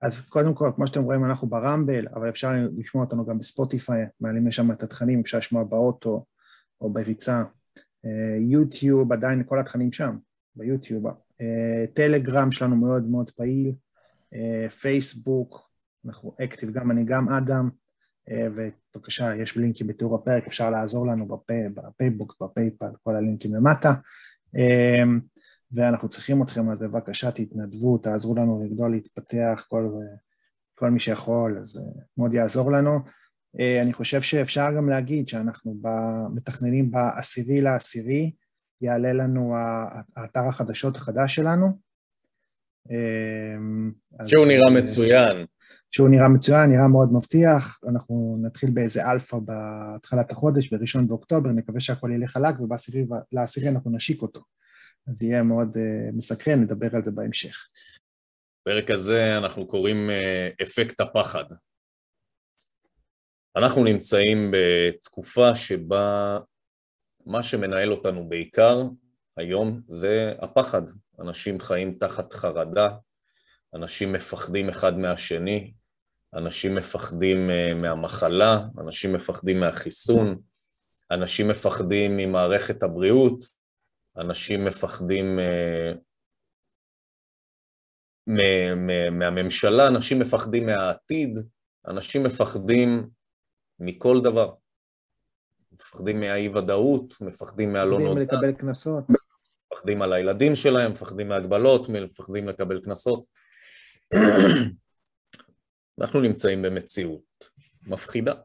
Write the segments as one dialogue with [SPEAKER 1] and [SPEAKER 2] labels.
[SPEAKER 1] אז קודם כל, כמו שאתם רואים, אנחנו ברמבל, אבל אפשר לשמוע אותנו גם בספוטיפיי, מעלים לשם את התכנים, אפשר לשמוע באוטו או בריצה. יוטיוב, עדיין כל התכנים שם, ביוטיוב. טלגרם שלנו מאוד מאוד פעיל, פייסבוק, אנחנו אקטיב, גם אני, גם אדם, ובבקשה, יש לינקים בתיאור הפרק, אפשר לעזור לנו בפייבוק, בפייפל, כל הלינקים למטה, ואנחנו צריכים אתכם, אז בבקשה תתנדבו, תעזרו לנו לגדול, להתפתח, כל מי שיכול, אז מאוד יעזור לנו. אני חושב שאפשר גם להגיד שאנחנו מתכננים ב10/10, יעלה לנו האתר החדשות החדש שלנו.
[SPEAKER 2] שהוא נראה מצוין.
[SPEAKER 1] שהוא נראה מצוין, נראה מאוד מבטיח, אנחנו נתחיל באיזה אלפא בהתחלת החודש, ב1 באוקטובר, נקווה שהכל ילך חלק, וב10/10 אנחנו נשיק אותו. אז יהיה מאוד מסקרן, נדבר על זה בהמשך.
[SPEAKER 2] בפרק הזה אנחנו קוראים אפקט הפחד. אנחנו נמצאים בתקופה שבה מה שמנהל אותנו בעיקר היום זה הפחד. אנשים חיים תחת חרדה, אנשים מפחדים אחד מהשני, אנשים מפחדים מהמחלה, אנשים מפחדים מהחיסון, אנשים מפחדים ממערכת הבריאות, אנשים מפחדים מהממשלה, אנשים מפחדים מהעתיד, אנשים מפחדים מכל דבר. מפחדים מהאי-ודאות, מפחדים מהלא נודע.
[SPEAKER 1] מפחדים לקבל כנסות.
[SPEAKER 2] מפחדים על הילדים שלהם, מפחדים מהגבלות, מפחדים לקבל כנסות. אנחנו נמצאים במציאות מפחידה.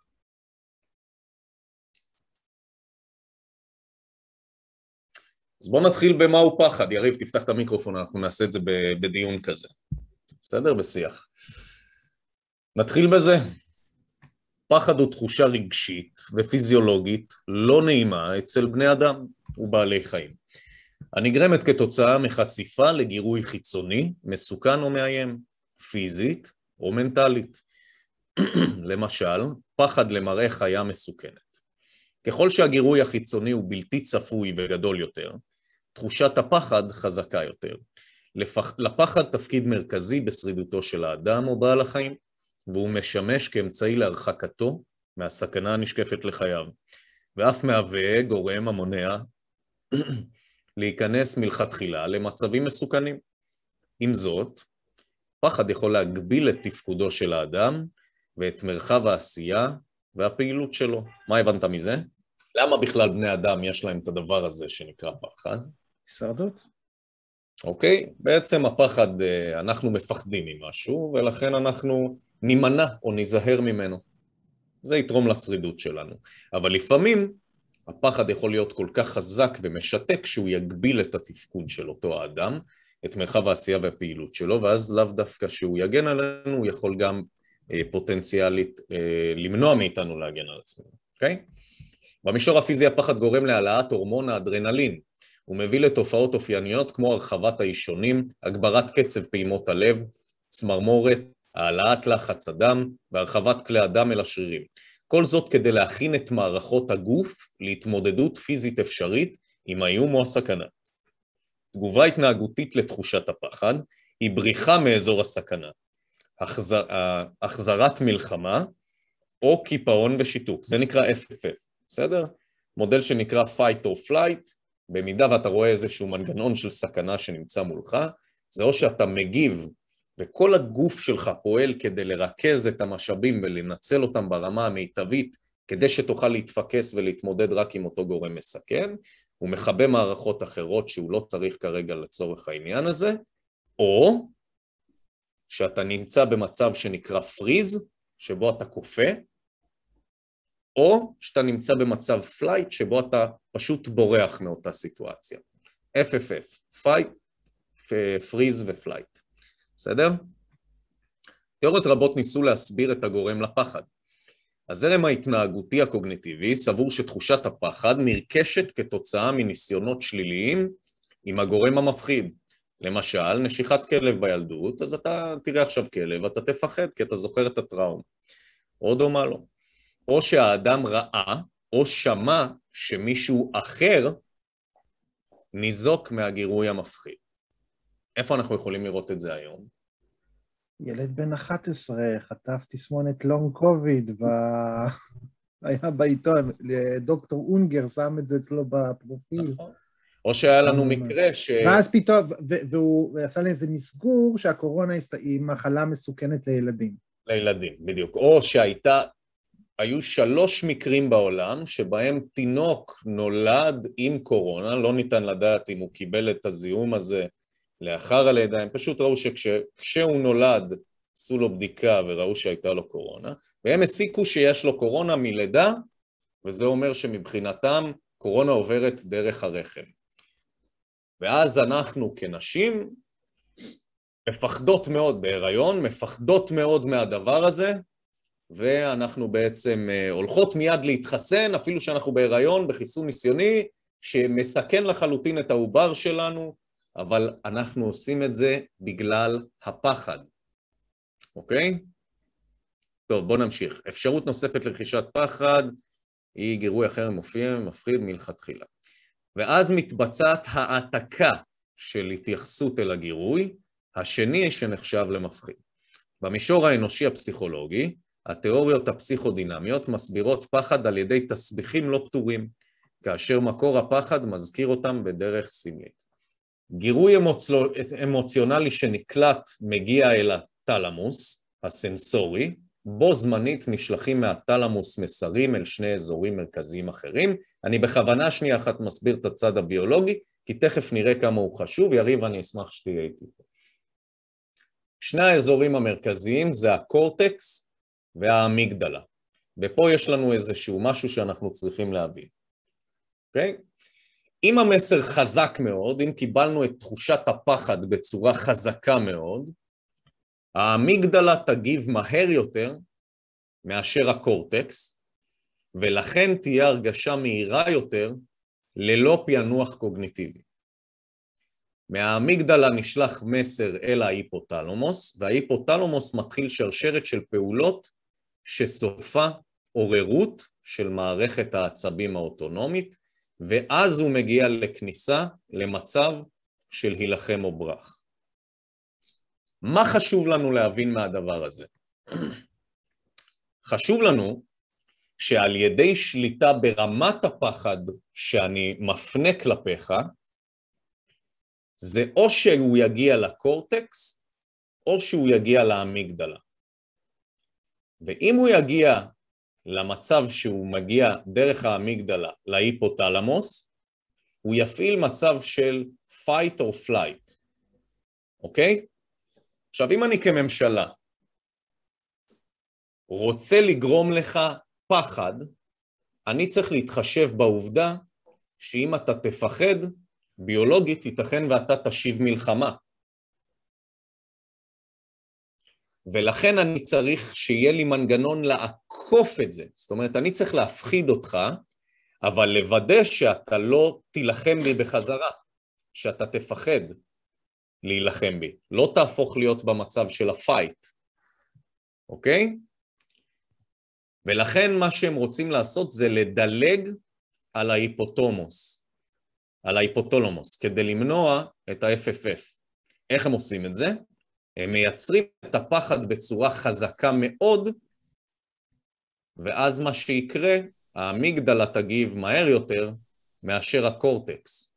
[SPEAKER 2] אז בואו נתחיל במהו פחד. יריב, תפתח את המיקרופון, אנחנו נעשה את זה בדיון כזה. בסדר? בשיח. נתחיל בזה. פחד הוא תחושה רגשית ופיזיולוגית לא נעימה אצל בני אדם ובעלי חיים. הנגרמת כתוצאה מחשיפה לגירוי חיצוני, מסוכן או מאיים, פיזית או מנטלית. למשל, פחד למראה חיה מסוכנת. ככל שהגירוי החיצוני הוא בלתי צפוי וגדול יותר, תחושת הפחד חזקה יותר. לפחד תפקיד מרכזי בשרידותו של האדם או בעל החיים, והוא משמש כאמצעי להרחקתו מהסכנה הנשקפת לחייו, ואף מהווה גורם המונע להיכנס מלכתחילה למצבים מסוכנים. עם זאת, פחד יכול להגביל את תפקודו של האדם ואת מרחב העשייה והפעילות שלו. מה הבנת מזה? למה בכלל בני אדם יש להם את הדבר הזה שנקרא פחד?
[SPEAKER 1] הישרדות.
[SPEAKER 2] אוקיי, בעצם הפחד, אנחנו מפחדים ממשהו, ולכן אנחנו נימנע או ניזהר ממנו. זה יתרום לשרידות שלנו. אבל לפעמים הפחד יכול להיות כל כך חזק ומשתק שהוא יגביל את התפקוד של אותו האדם, את מרחב העשייה והפעילות שלו, ואז לאו דווקא שהוא יגן עלינו, הוא יכול גם פוטנציאלית למנוע מאיתנו להגן על עצמנו. אוקיי? במישור הפיזי הפחד גורם להעלאת הורמון האדרנלין, הוא מביא לתופעות אופייניות כמו הרחבת האישונים, הגברת קצב פעימות הלב, צמרמורת, העלאת לחץ הדם והרחבת כלי הדם אל השרירים. כל זאת כדי להכין את מערכות הגוף להתמודדות פיזית אפשרית עם האיום או הסכנה. תגובה התנהגותית לתחושת הפחד היא בריחה מאזור הסכנה, החזרת מלחמה או קיפאון ושיתוק. זה נקרא FFF, בסדר? מודל שנקרא fight or flight, במידה ואתה רואה איזשהו מנגנון של סכנה שנמצא מולך, זה או שאתה מגיב וכל הגוף שלך פועל כדי לרכז את המשאבים ולנצל אותם ברמה המיטבית, כדי שתוכל להתפקס ולהתמודד רק עם אותו גורם מסכן, הוא מחבא מערכות אחרות שהוא לא צריך כרגע לצורך העניין הזה, או שאתה נמצא במצב שנקרא פריז, שבו אתה קופא, או שאתה נמצא במצב פלייט, שבו אתה פשוט בורח מאותה סיטואציה. FFF, fight, freeze ופלייט. בסדר? תיאוריות רבות ניסו להסביר את הגורם לפחד. הזרם ההתנהגותי הקוגניטיבי סבור שתחושת הפחד נרכשת כתוצאה מניסיונות שליליים עם הגורם המפחיד. למשל, נשיכת כלב בילדות, אז אתה תראה עכשיו כלב, אתה תפחד כי אתה זוכר את הטראומה. או דומה לו. או שהאדם ראה או שמע שמישהו אחר ניזוק מהגירוי המפחיד. איפה אנחנו יכולים לראות את זה היום?
[SPEAKER 1] ילד בן 11 חטף תסמונת לונג קוביד, היה בעיתון, דוקטור אונגר שם את זה אצלו בפרופיל.
[SPEAKER 2] נכון. או שהיה לנו מקרה ש...
[SPEAKER 1] ואז פתאום, והוא עשה לי איזה מסגור שהקורונה היא מחלה מסוכנת לילדים.
[SPEAKER 2] לילדים, בדיוק. או היו 3 מקרים בעולם שבהם תינוק נולד עם קורונה, לא ניתן לדעת אם הוא קיבל את הזיהום הזה לאחר הלידה, הם פשוט ראו שכשהוא נולד עשו לו בדיקה וראו שהייתה לו קורונה, והם הסיקו שיש לו קורונה מלידה, וזה אומר שמבחינתם קורונה עוברת דרך הרחם. ואז אנחנו כנשים מפחדות מאוד בהיריון, מפחדות מאוד מהדבר הזה, ואנחנו בעצם הולכות מיד להתחסן, אפילו שאנחנו בהיריון, בחיסון ניסיוני, שמסכן לחלוטין את העובר שלנו, אבל אנחנו עושים את זה בגלל הפחד. אוקיי? טוב, בוא נמשיך. אפשרות נוספת לרכישת פחד, היא גירוי אחר מפחיד מלכתחילה. ואז מתבצעת העתקה של התייחסות אל הגירוי, השני שנחשב למפחיד. במישור האנושי הפסיכולוגי, התיאוריות הפסיכודינמיות מסבירות פחד על ידי תסביכים לא פתורים, כאשר מקור הפחד מזכיר אותם בדרך סמלית. גירוי אמוציונלי שנקלט מגיע אל התלמוס, הסנסורי, בו זמנית נשלחים מהתלמוס מסרים אל 2 אזורים מרכזיים אחרים. אני בכוונה שנייה אחת מסביר את הצד הביולוגי, כי תכף נראה כמה הוא חשוב, יריב אני אשמח שתהיה איתי פה. 2 האזורים המרכזיים זה הקורטקס והאמיגדלה, ופה יש לנו איזשהו משהו שאנחנו צריכים להבין. אוקיי? אם המסר חזק מאוד, אם קיבלנו את תחושת הפחד בצורה חזקה מאוד, האמיגדלה תגיב מהר יותר מאשר הקורטקס, ולכן תהיה הרגשה מהירה יותר ללא פענוח קוגניטיבי. מהאמיגדלה נשלח מסר אל ההיפותלמוס, וההיפותלמוס מתחיל שרשרת של פעולות שסופה עוררות של מערכת העצבים האוטונומית, ואז הוא מגיע לכניסה למצב של הילחם או ברח. מה חשוב לנו להבין מהדבר הזה? חשוב לנו שעל ידי שליטה ברמת הפחד שאני מפנה כלפיך, זה או שהוא יגיע לקורטקס, או שהוא יגיע לאמיגדלה. ואם הוא יגיע למצב שהוא מגיע דרך האמיגדלה להיפותלמוס, הוא יפעיל מצב של fight or flight. אוקיי? עכשיו, אם אני כממשלה רוצה לגרום לך פחד, אני צריך להתחשב בעובדה שאם אתה תפחד, ביולוגית ייתכן ואתה תשיב מלחמה. ולכן אני צריך שיהיה לי מנגנון לעקוף את זה. זאת אומרת, אני צריך להפחיד אותך, אבל לוודא שאתה לא תילחם בי בחזרה, שאתה תפחד להילחם בי. לא תהפוך להיות במצב של הפייט. אוקיי? ולכן מה שהם רוצים לעשות זה לדלג על ההיפותלמוס, כדי למנוע את ה-FFF. איך הם עושים את זה? הם מייצרים את הפחד בצורה חזקה מאוד, ואז מה שיקרה, האמיגדלה תגיב מהר יותר מאשר הקורטקס.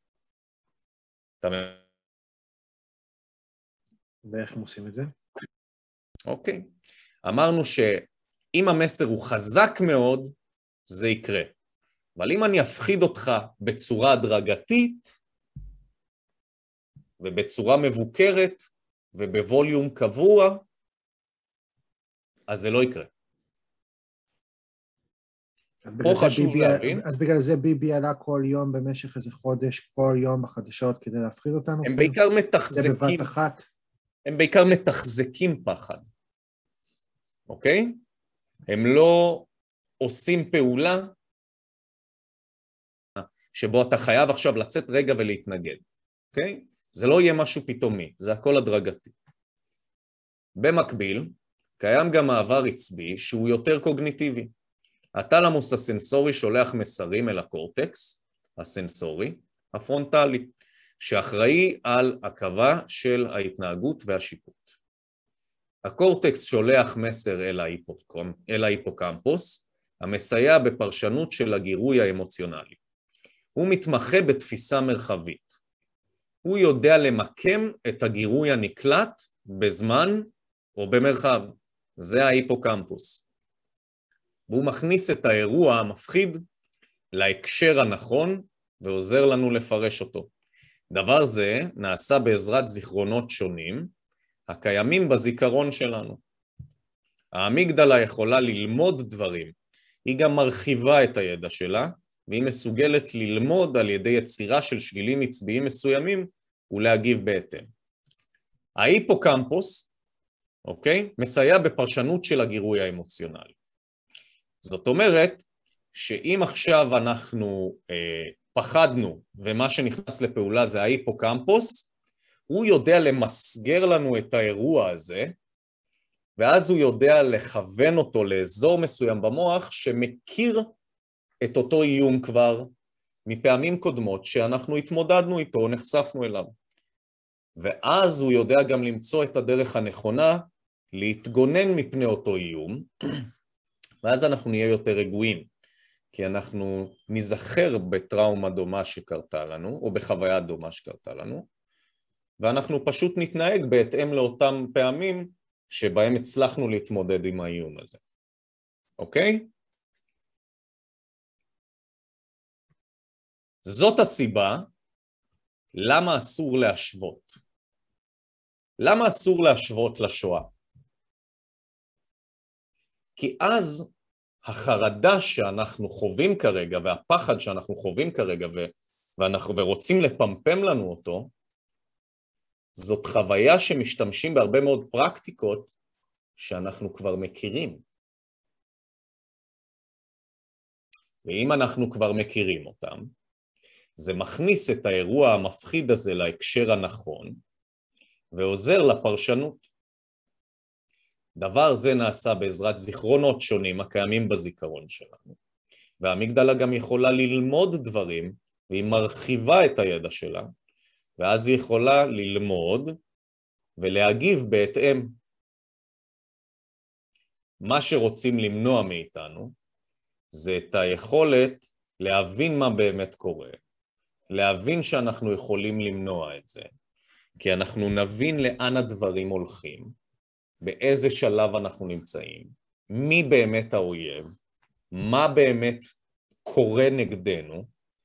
[SPEAKER 1] ואיך הם עושים את זה?
[SPEAKER 2] אוקיי. אמרנו שאם המסר הוא חזק מאוד, זה יקרה. אבל אם אני אפחיד אותך בצורה הדרגתית, ובצורה מבוקרת, ובווליום קבוע, אז זה לא יקרה. פה חשוב להבין.
[SPEAKER 1] אז בגלל זה ביבי עלה כל יום במשך איזה חודש, כל יום בחדשות כדי להפחיד אותנו?
[SPEAKER 2] הם בעיקר מתחזקים.
[SPEAKER 1] זה בבת אחת.
[SPEAKER 2] הם בעיקר מתחזקים פחד. אוקיי? הם לא עושים פעולה שבו אתה חייב עכשיו לצאת רגע ולהתנגד. אוקיי? זה לא יהיה משהו פתאומי, זה הכל הדרגתי. במקביל, קיים גם מעבר עצבי שהוא יותר קוגניטיבי. התלמוס הסנסורי שולח מסרים אל הקורטקס, הסנסורי, הפרונטלי, שאחראי על עכבה של ההתנהגות והשיפוט. הקורטקס שולח מסר אל ההיפוקמפוס, המסייע בפרשנות של הגירוי האמוציונלי. הוא מתמחה בתפיסה מרחבית. הוא יודע למקם את הגירוי הנקלט בזמן או במרחב. זה ההיפוקמפוס. והוא מכניס את האירוע המפחיד להקשר הנכון ועוזר לנו לפרש אותו. דבר זה נעשה בעזרת זיכרונות שונים הקיימים בזיכרון שלנו. האמיגדלה יכולה ללמוד דברים, היא גם מרחיבה את הידע שלה, והיא מסוגלת ללמוד על ידי יצירה של שבילים עצביים מסוימים ולהגיב בהתאם. ההיפוקמפוס, מסייע בפרשנות של הגירוי האמוציונלי. זאת אומרת שאם עכשיו אנחנו פחדנו ומה שנכנס לפעולה זה ההיפוקמפוס, הוא יודע למסגר לנו את האירוע הזה, ואז הוא יודע לכוון אותו לאזור מסוים במוח שמכיר את אותו איום כבר מפעמים קודמות שאנחנו התמודדנו איתו, נחשפנו אליו. ואז הוא יודע גם למצוא את הדרך הנכונה להתגונן מפני אותו איום, ואז אנחנו נהיה יותר רגועים, כי אנחנו נזכר בטראומה דומה שקרתה לנו, או בחוויה דומה שקרתה לנו, ואנחנו פשוט נתנהג בהתאם לאותם פעמים שבהם הצלחנו להתמודד עם האיום הזה. אוקיי? זאת הסיבה למה אסור להשוות. למה אסור להשוות לשואה? כי אז החרדה שאנחנו חווים כרגע והפחד שאנחנו חווים כרגע ורוצים לפמפם לנו אותו, זאת חוויה שמשתמשים בהרבה מאוד פרקטיקות שאנחנו כבר מכירים. ואם אנחנו כבר מכירים אותם, זה מכניס את האירוע המפחיד הזה להקשר הנכון, ועוזר לפרשנות. דבר זה נעשה בעזרת זיכרונות שונים הקיימים בזיכרון שלנו, והאמיגדלה גם יכולה ללמוד דברים, והיא מרחיבה את הידע שלה, ואז היא יכולה ללמוד ולהגיב בהתאם. מה שרוצים למנוע מאיתנו, זה את היכולת להבין מה באמת קורה, להבין שאנחנו יכולים למנוע את זה, כי אנחנו נבין לאן הדברים הולכים, באיזה שלב אנחנו נמצאים, מי באמת האויב, מה באמת קורה נגדנו,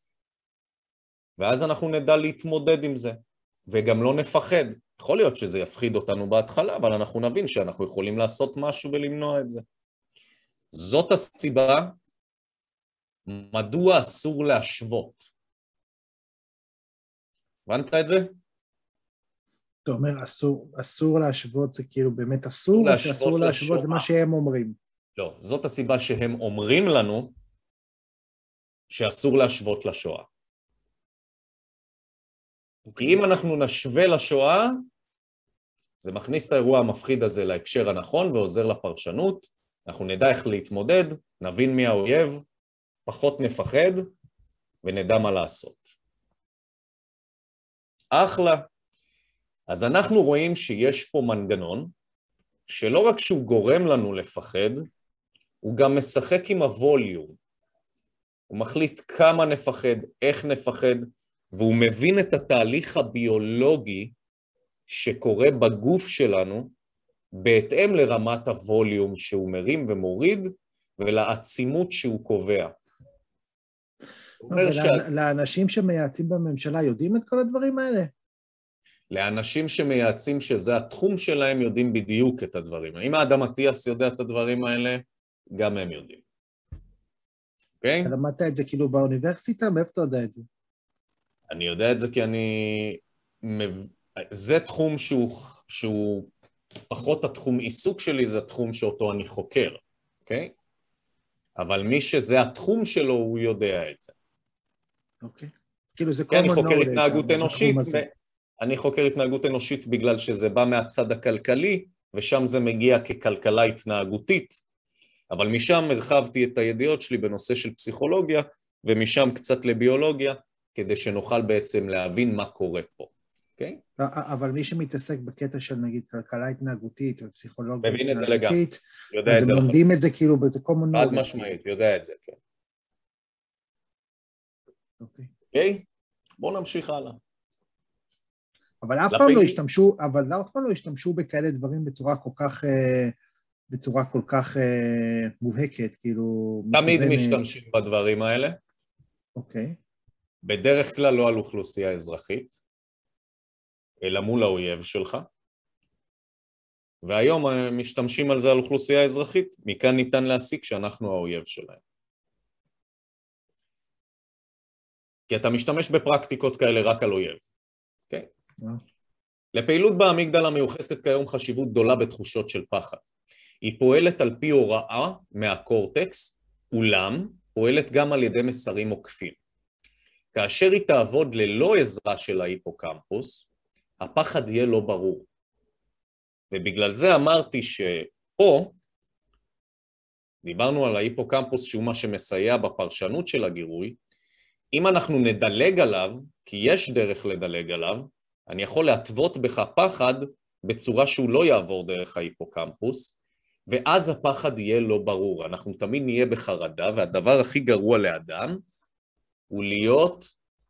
[SPEAKER 2] ואז אנחנו נדע להתמודד עם זה, וגם לא נפחד. יכול להיות שזה יפחיד אותנו בהתחלה, אבל אנחנו נבין שאנחנו יכולים לעשות משהו ולמנוע את זה. זאת הסיבה מדוע אסור להשוות. הבנת את זה?
[SPEAKER 1] אתה אומר, אסור להשוות, זה כאילו באמת אסור, או שאסור להשוות, זה מה שהם אומרים?
[SPEAKER 2] לא, זאת הסיבה שהם אומרים לנו שאסור להשוות לשואה. כי אם אנחנו נשווה לשואה, זה מכניס את האירוע המפחיד הזה להקשר הנכון ועוזר לפרשנות, אנחנו נדע איך להתמודד, נבין מי האויב, פחות נפחד ונדע מה לעשות. אחלה. אז אנחנו רואים שיש פה מנגנון, שלא רק שהוא גורם לנו לפחד, הוא גם משחק עם הווליום. הוא מחליט כמה נפחד, איך נפחד, והוא מבין את התהליך הביולוגי שקורה בגוף שלנו, בהתאם לרמת הווליום שהוא מרים ומוריד, ולעצימות שהוא קובע.
[SPEAKER 1] לאנשים שמייעצים בממשלה יודעים את כל הדברים האלה?
[SPEAKER 2] לאנשים שמייעצים שזה התחום שלהם יודעים בדיוק את הדברים. אם האדם אטיאס יודע את הדברים האלה, גם הם יודעים. אוקיי?
[SPEAKER 1] אתה למדת את זה כאילו באוניברסיטה? מאיפה אתה יודע את זה?
[SPEAKER 2] אני יודע את זה כי זה תחום שהוא פחות התחום עיסוק שלי, זה התחום שאותו אני חוקר, אוקיי? אבל מי שזה התחום שלו, הוא יודע את זה.
[SPEAKER 1] אוקיי. כאילו זה
[SPEAKER 2] אני חוקר התנהגות אנושית, אני חוקר התנהגות אנושית בגלל שזה בא מהצד הכלכלי, ושם זה מגיע ככלכלה התנהגותית, אבל משם הרחבתי את הידיעות שלי בנושא של פסיכולוגיה, ומשם קצת לביולוגיה, כדי שנוכל בעצם להבין מה קורה פה. אוקיי?
[SPEAKER 1] אבל מי שמתעסק בקטע של נגיד כלכלה התנהגותית ופסיכולוגיה
[SPEAKER 2] מבין את זה לגמרי,
[SPEAKER 1] התנהגותית,
[SPEAKER 2] יודע
[SPEAKER 1] אז
[SPEAKER 2] את זה
[SPEAKER 1] הם
[SPEAKER 2] לחלוטין.
[SPEAKER 1] לומדים את זה כאילו ב-common
[SPEAKER 2] חד
[SPEAKER 1] knowledge.
[SPEAKER 2] משמעית, יודע את זה, כן.
[SPEAKER 1] אוקיי.
[SPEAKER 2] אוקיי? בואו נמשיך הלאה.
[SPEAKER 1] אבל אף פעם לא השתמשו בכאלה דברים בצורה כל כך מובהקת, כאילו...
[SPEAKER 2] תמיד משתמשים בדברים האלה.
[SPEAKER 1] אוקיי.
[SPEAKER 2] בדרך כלל לא על אוכלוסייה אזרחית, אלא מול האויב שלך. והיום משתמשים על זה על אוכלוסייה אזרחית, מכאן ניתן להסיק שאנחנו האויב שלהם. כי אתה משתמש בפרקטיקות כאלה רק על אויב. אוקיי? לפעילות באמיגדלה מיוחסת כיום חשיבות גדולה בתחושות של פחד. היא פועלת על פי הוראה מהקורטקס, אולם פועלת גם על ידי מסרים עוקפים. כאשר היא תעבוד ללא עזרה של ההיפוקמפוס, הפחד יהיה לא ברור. ובגלל זה אמרתי שפה, דיברנו על ההיפוקמפוס שהוא מה שמסייע בפרשנות של הגירוי, אם אנחנו נדלג עליו, כי יש דרך לדלג עליו, אני יכול להתוות בך פחד בצורה שהוא לא יעבור דרך ההיפוקמפוס, ואז הפחד יהיה לא ברור. אנחנו תמיד נהיה בחרדה, והדבר הכי גרוע לאדם הוא להיות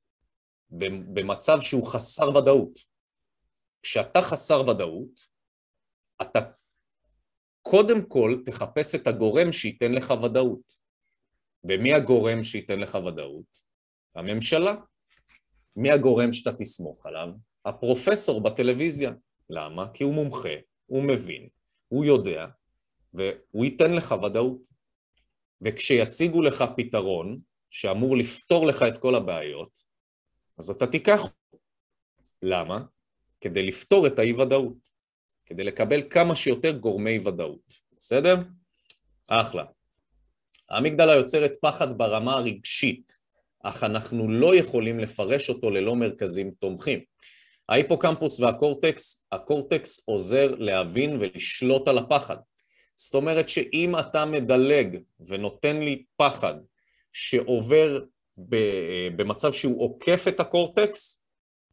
[SPEAKER 2] במצב שהוא חסר ודאות. כשאתה חסר ודאות, אתה קודם כל תחפש את הגורם שייתן לך ודאות. ומי הגורם שייתן לך ודאות? הממשלה. מי הגורם שאתה תסמוך עליו? הפרופסור בטלוויזיה. למה? כי הוא מומחה, הוא מבין, הוא יודע, והוא ייתן לך ודאות. וכשיציגו לך פתרון שאמור לפתור לך את כל הבעיות, אז אתה תיקח. למה? כדי לפתור את האי-ודאות. כדי לקבל כמה שיותר גורמי ודאות. בסדר? אחלה. האמיגדלה יוצרת פחד ברמה הרגשית, אך אנחנו לא יכולים לפרש אותו ללא מרכזים תומכים. ההיפוקמפוס והקורטקס, הקורטקס עוזר להבין ולשלוט על הפחד. זאת אומרת שאם אתה מדלג ונותן לי פחד שעובר במצב שהוא עוקף את הקורטקס,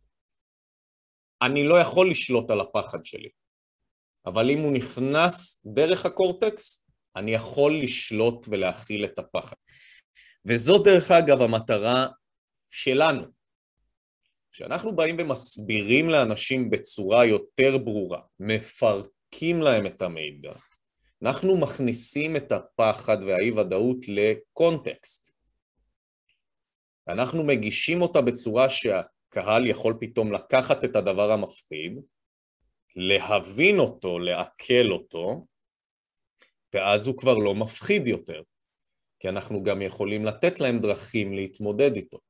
[SPEAKER 2] אני לא יכול לשלוט על הפחד שלי. אבל אם הוא נכנס דרך הקורטקס, אני יכול לשלוט ולהכיל את הפחד. וזו דרך אגב המטרה שלנו. כשאנחנו באים ומסבירים לאנשים בצורה יותר ברורה, מפרקים להם את המידע, אנחנו מכניסים את הפחד והאי-ודאות לקונטקסט. אנחנו מגישים אותה בצורה שהקהל יכול פתאום לקחת את הדבר המפחיד, להבין אותו, לעכל אותו, ואז הוא כבר לא מפחיד יותר, כי אנחנו גם יכולים לתת להם דרכים להתמודד איתו.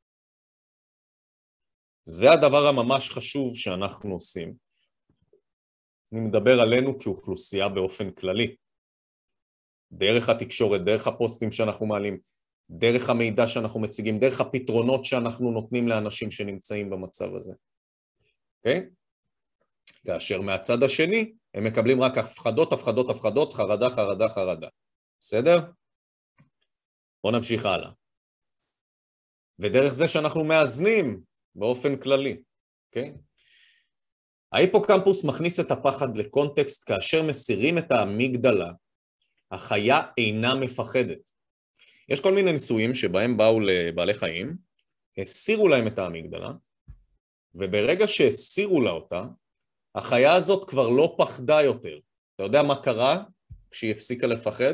[SPEAKER 2] זה הדבר הממש חשוב שאנחנו עושים. אני מדבר עלינו כאוכלוסייה באופן כללי. דרך התקשורת, דרך הפוסטים שאנחנו מעלים, דרך המידע שאנחנו מציגים, דרך הפתרונות שאנחנו נותנים לאנשים שנמצאים במצב הזה. אוקיי? כאשר מהצד השני הם מקבלים רק הפחדות, הפחדות, הפחדות, חרדה, חרדה, חרדה. בסדר? בואו נמשיך הלאה. ודרך זה שאנחנו מאזנים באופן כללי, אוקיי? ההיפוקמפוס מכניס את הפחד לקונטקסט כאשר מסירים את האמיגדלה, החיה אינה מפחדת. יש כל מיני ניסויים שבהם באו לבעלי חיים, הסירו להם את האמיגדלה, וברגע שהסירו לה אותה, החיה הזאת כבר לא פחדה יותר. אתה יודע מה קרה כשהיא הפסיקה לפחד?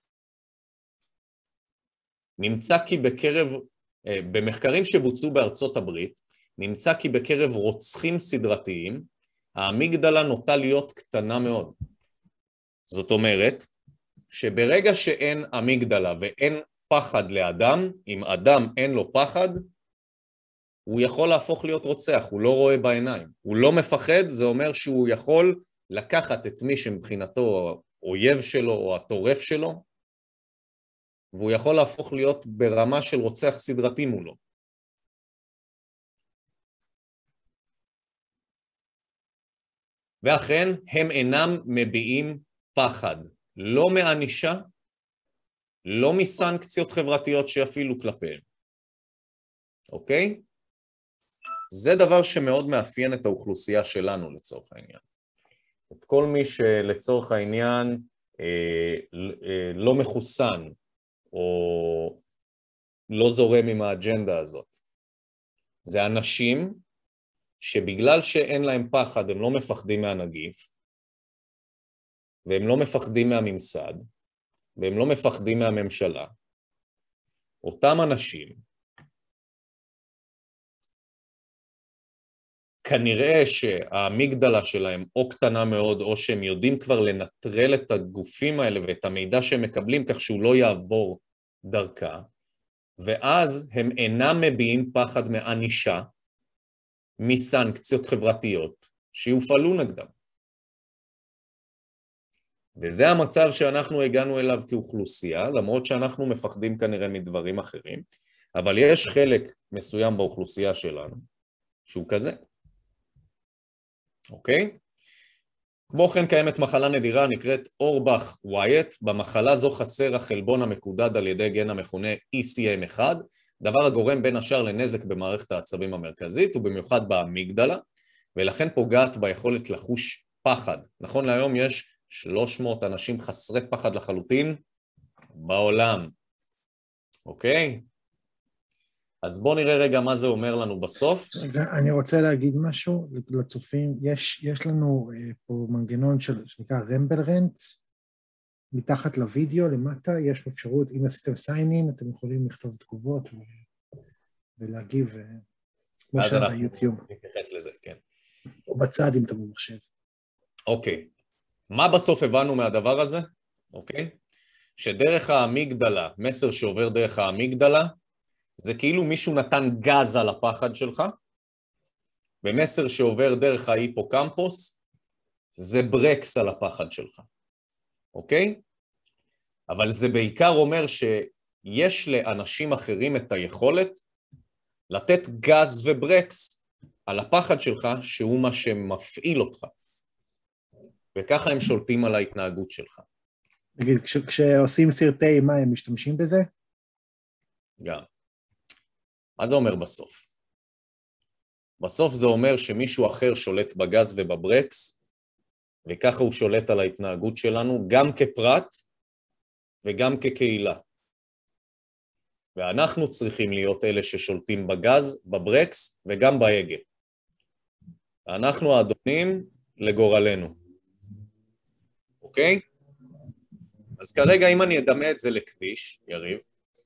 [SPEAKER 2] נמצא כי במחקרים שבוצעו בארצות הברית, נמצא כי בקרב רוצחים סדרתיים, האמיגדלה נוטה להיות קטנה מאוד. זאת אומרת, שברגע שאין אמיגדלה ואין פחד לאדם, אם אדם אין לו פחד, הוא יכול להפוך להיות רוצח, הוא לא רואה בעיניים. הוא לא מפחד, זה אומר שהוא יכול לקחת את מי שמבחינתו אויב שלו או הטורף שלו, והוא יכול להפוך להיות ברמה של רוצח סדרתי מולו. ואכן הם אינם מביעים פחד, לא מענישה, לא מסנקציות חברתיות שיפעילו כלפיהם. אוקיי? זה דבר שמאוד מאפיין את האוכלוסייה שלנו לצורך העניין. את כל מי שלצורך העניין לא מחוסן או לא זורם עם האג'נדה הזאת. זה אנשים שבגלל שאין להם פחד, הם לא מפחדים מהנגיף, והם לא מפחדים מהממסד, והם לא מפחדים מהממשלה. אותם אנשים, כנראה שהאמיגדלה שלהם או קטנה מאוד, או שהם יודעים כבר לנטרל את הגופים האלה ואת המידע שהם מקבלים, כך שהוא לא יעבור דרכה, ואז הם אינם מביעים פחד מענישה, מסנקציות חברתיות שיופעלו נגדם. וזה המצב שאנחנו הגענו אליו כאוכלוסייה, למרות שאנחנו מפחדים כנראה מדברים אחרים, אבל יש חלק מסוים באוכלוסייה שלנו שהוא כזה. אוקיי? כמו כן קיימת מחלה נדירה נקראת אורבך ווייט, במחלה זו חסר החלבון המקודד על ידי גן המכונה ECM1, דבר הגורם בין השאר לנזק במערכת העצבים המרכזית ובמיוחד באמיגדלה, ולכן פוגעת ביכולת לחוש פחד. נכון להיום יש 300 אנשים חסרי פחד לחלוטין בעולם. אוקיי? אז בואו נראה רגע מה זה אומר לנו בסוף.
[SPEAKER 1] רגע, אני רוצה להגיד משהו לצופים. יש לנו פה מנגנון שנקרא רמבל-רנט, מתחת לוידאו, למטה, יש אפשרות, אם עשיתם סיין-אין, אתם יכולים לכתוב תגובות ולהגיב, כמו שהיה ביוטיוב.
[SPEAKER 2] נתייחס לזה, כן.
[SPEAKER 1] או בצד אם אתם במחשב.
[SPEAKER 2] אוקיי. מה בסוף הבנו מהדבר הזה? אוקיי? שדרך האמיגדלה, מסר שעובר דרך האמיגדלה, זה כאילו מישהו נתן גז על הפחד שלך, ומסר שעובר דרך ההיפוקמפוס, זה ברקס על הפחד שלך. אוקיי? אבל זה בעיקר אומר שיש לאנשים אחרים את היכולת לתת גז וברקס על הפחד שלך, שהוא מה שמפעיל אותך. וככה הם שולטים על ההתנהגות שלך.
[SPEAKER 1] נגיד, כשעושים סרטי אימה, הם משתמשים בזה?
[SPEAKER 2] גם. מה זה אומר בסוף? בסוף זה אומר שמישהו אחר שולט בגז ובברקס, וככה הוא שולט על ההתנהגות שלנו, גם כפרט וגם כקהילה. ואנחנו צריכים להיות אלה ששולטים בגז, בברקס וגם בהגה. אנחנו האדונים לגורלנו. אוקיי? אז כרגע אם אני אדמה את זה לכביש, יריב,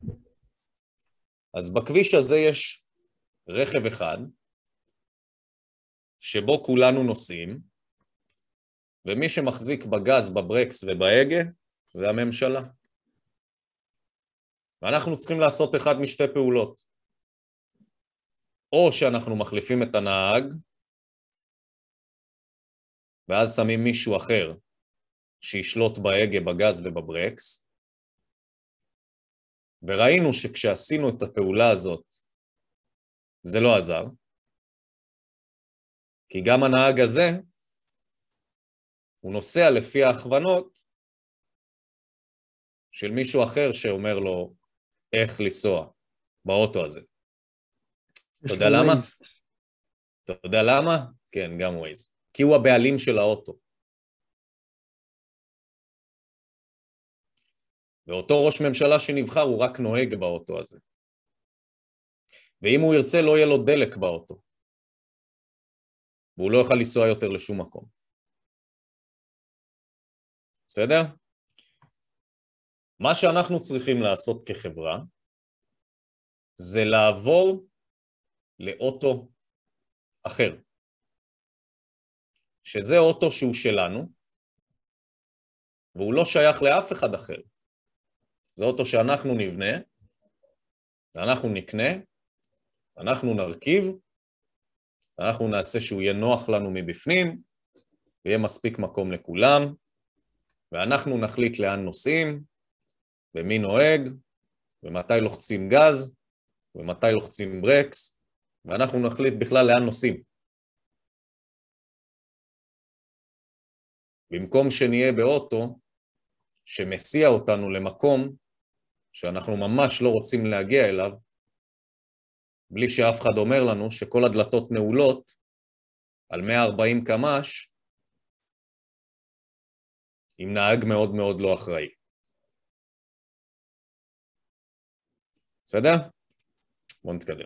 [SPEAKER 2] אז בכביש הזה יש רכב אחד, שבו כולנו נוסעים, ומי שמחזיק בגז, בברקס ובהגה, זה הממשלה. ואנחנו צריכים לעשות אחד משתי פעולות. או שאנחנו מחליפים את הנהג, ואז שמים מישהו אחר שישלוט בהגה, בגז ובברקס, וראינו שכשעשינו את הפעולה הזאת, זה לא עזר, כי גם הנהג הזה, הוא נוסע לפי ההכוונות של מישהו אחר שאומר לו איך לנסוע באוטו הזה. אתה יודע למה? אתה יודע למה? כן, גם ווייז. כי הוא הבעלים של האוטו. ואותו ראש ממשלה שנבחר הוא רק נוהג באוטו הזה. ואם הוא ירצה לא יהיה לו דלק באוטו. והוא לא יוכל לנסוע יותר לשום מקום. בסדר? מה שאנחנו צריכים לעשות כחברה, זה לעבור לאוטו אחר. שזה אוטו שהוא שלנו, והוא לא שייך לאף אחד אחר. זה אוטו שאנחנו נבנה, אנחנו נקנה, אנחנו נרכיב, אנחנו נעשה שהוא יהיה נוח לנו מבפנים, ויהיה מספיק מקום לכולם, ואנחנו נחליט לאן נוסעים, ומי נוהג, ומתי לוחצים גז, ומתי לוחצים ברקס, ואנחנו נחליט בכלל לאן נוסעים. במקום שנהיה באוטו, שמסיע אותנו למקום, שאנחנו ממש לא רוצים להגיע אליו, בלי שאף אחד אומר לנו שכל הדלתות נעולות על 140 קמ"ש עם נהג מאוד מאוד לא אחראי. בסדר? בואו נתקדם.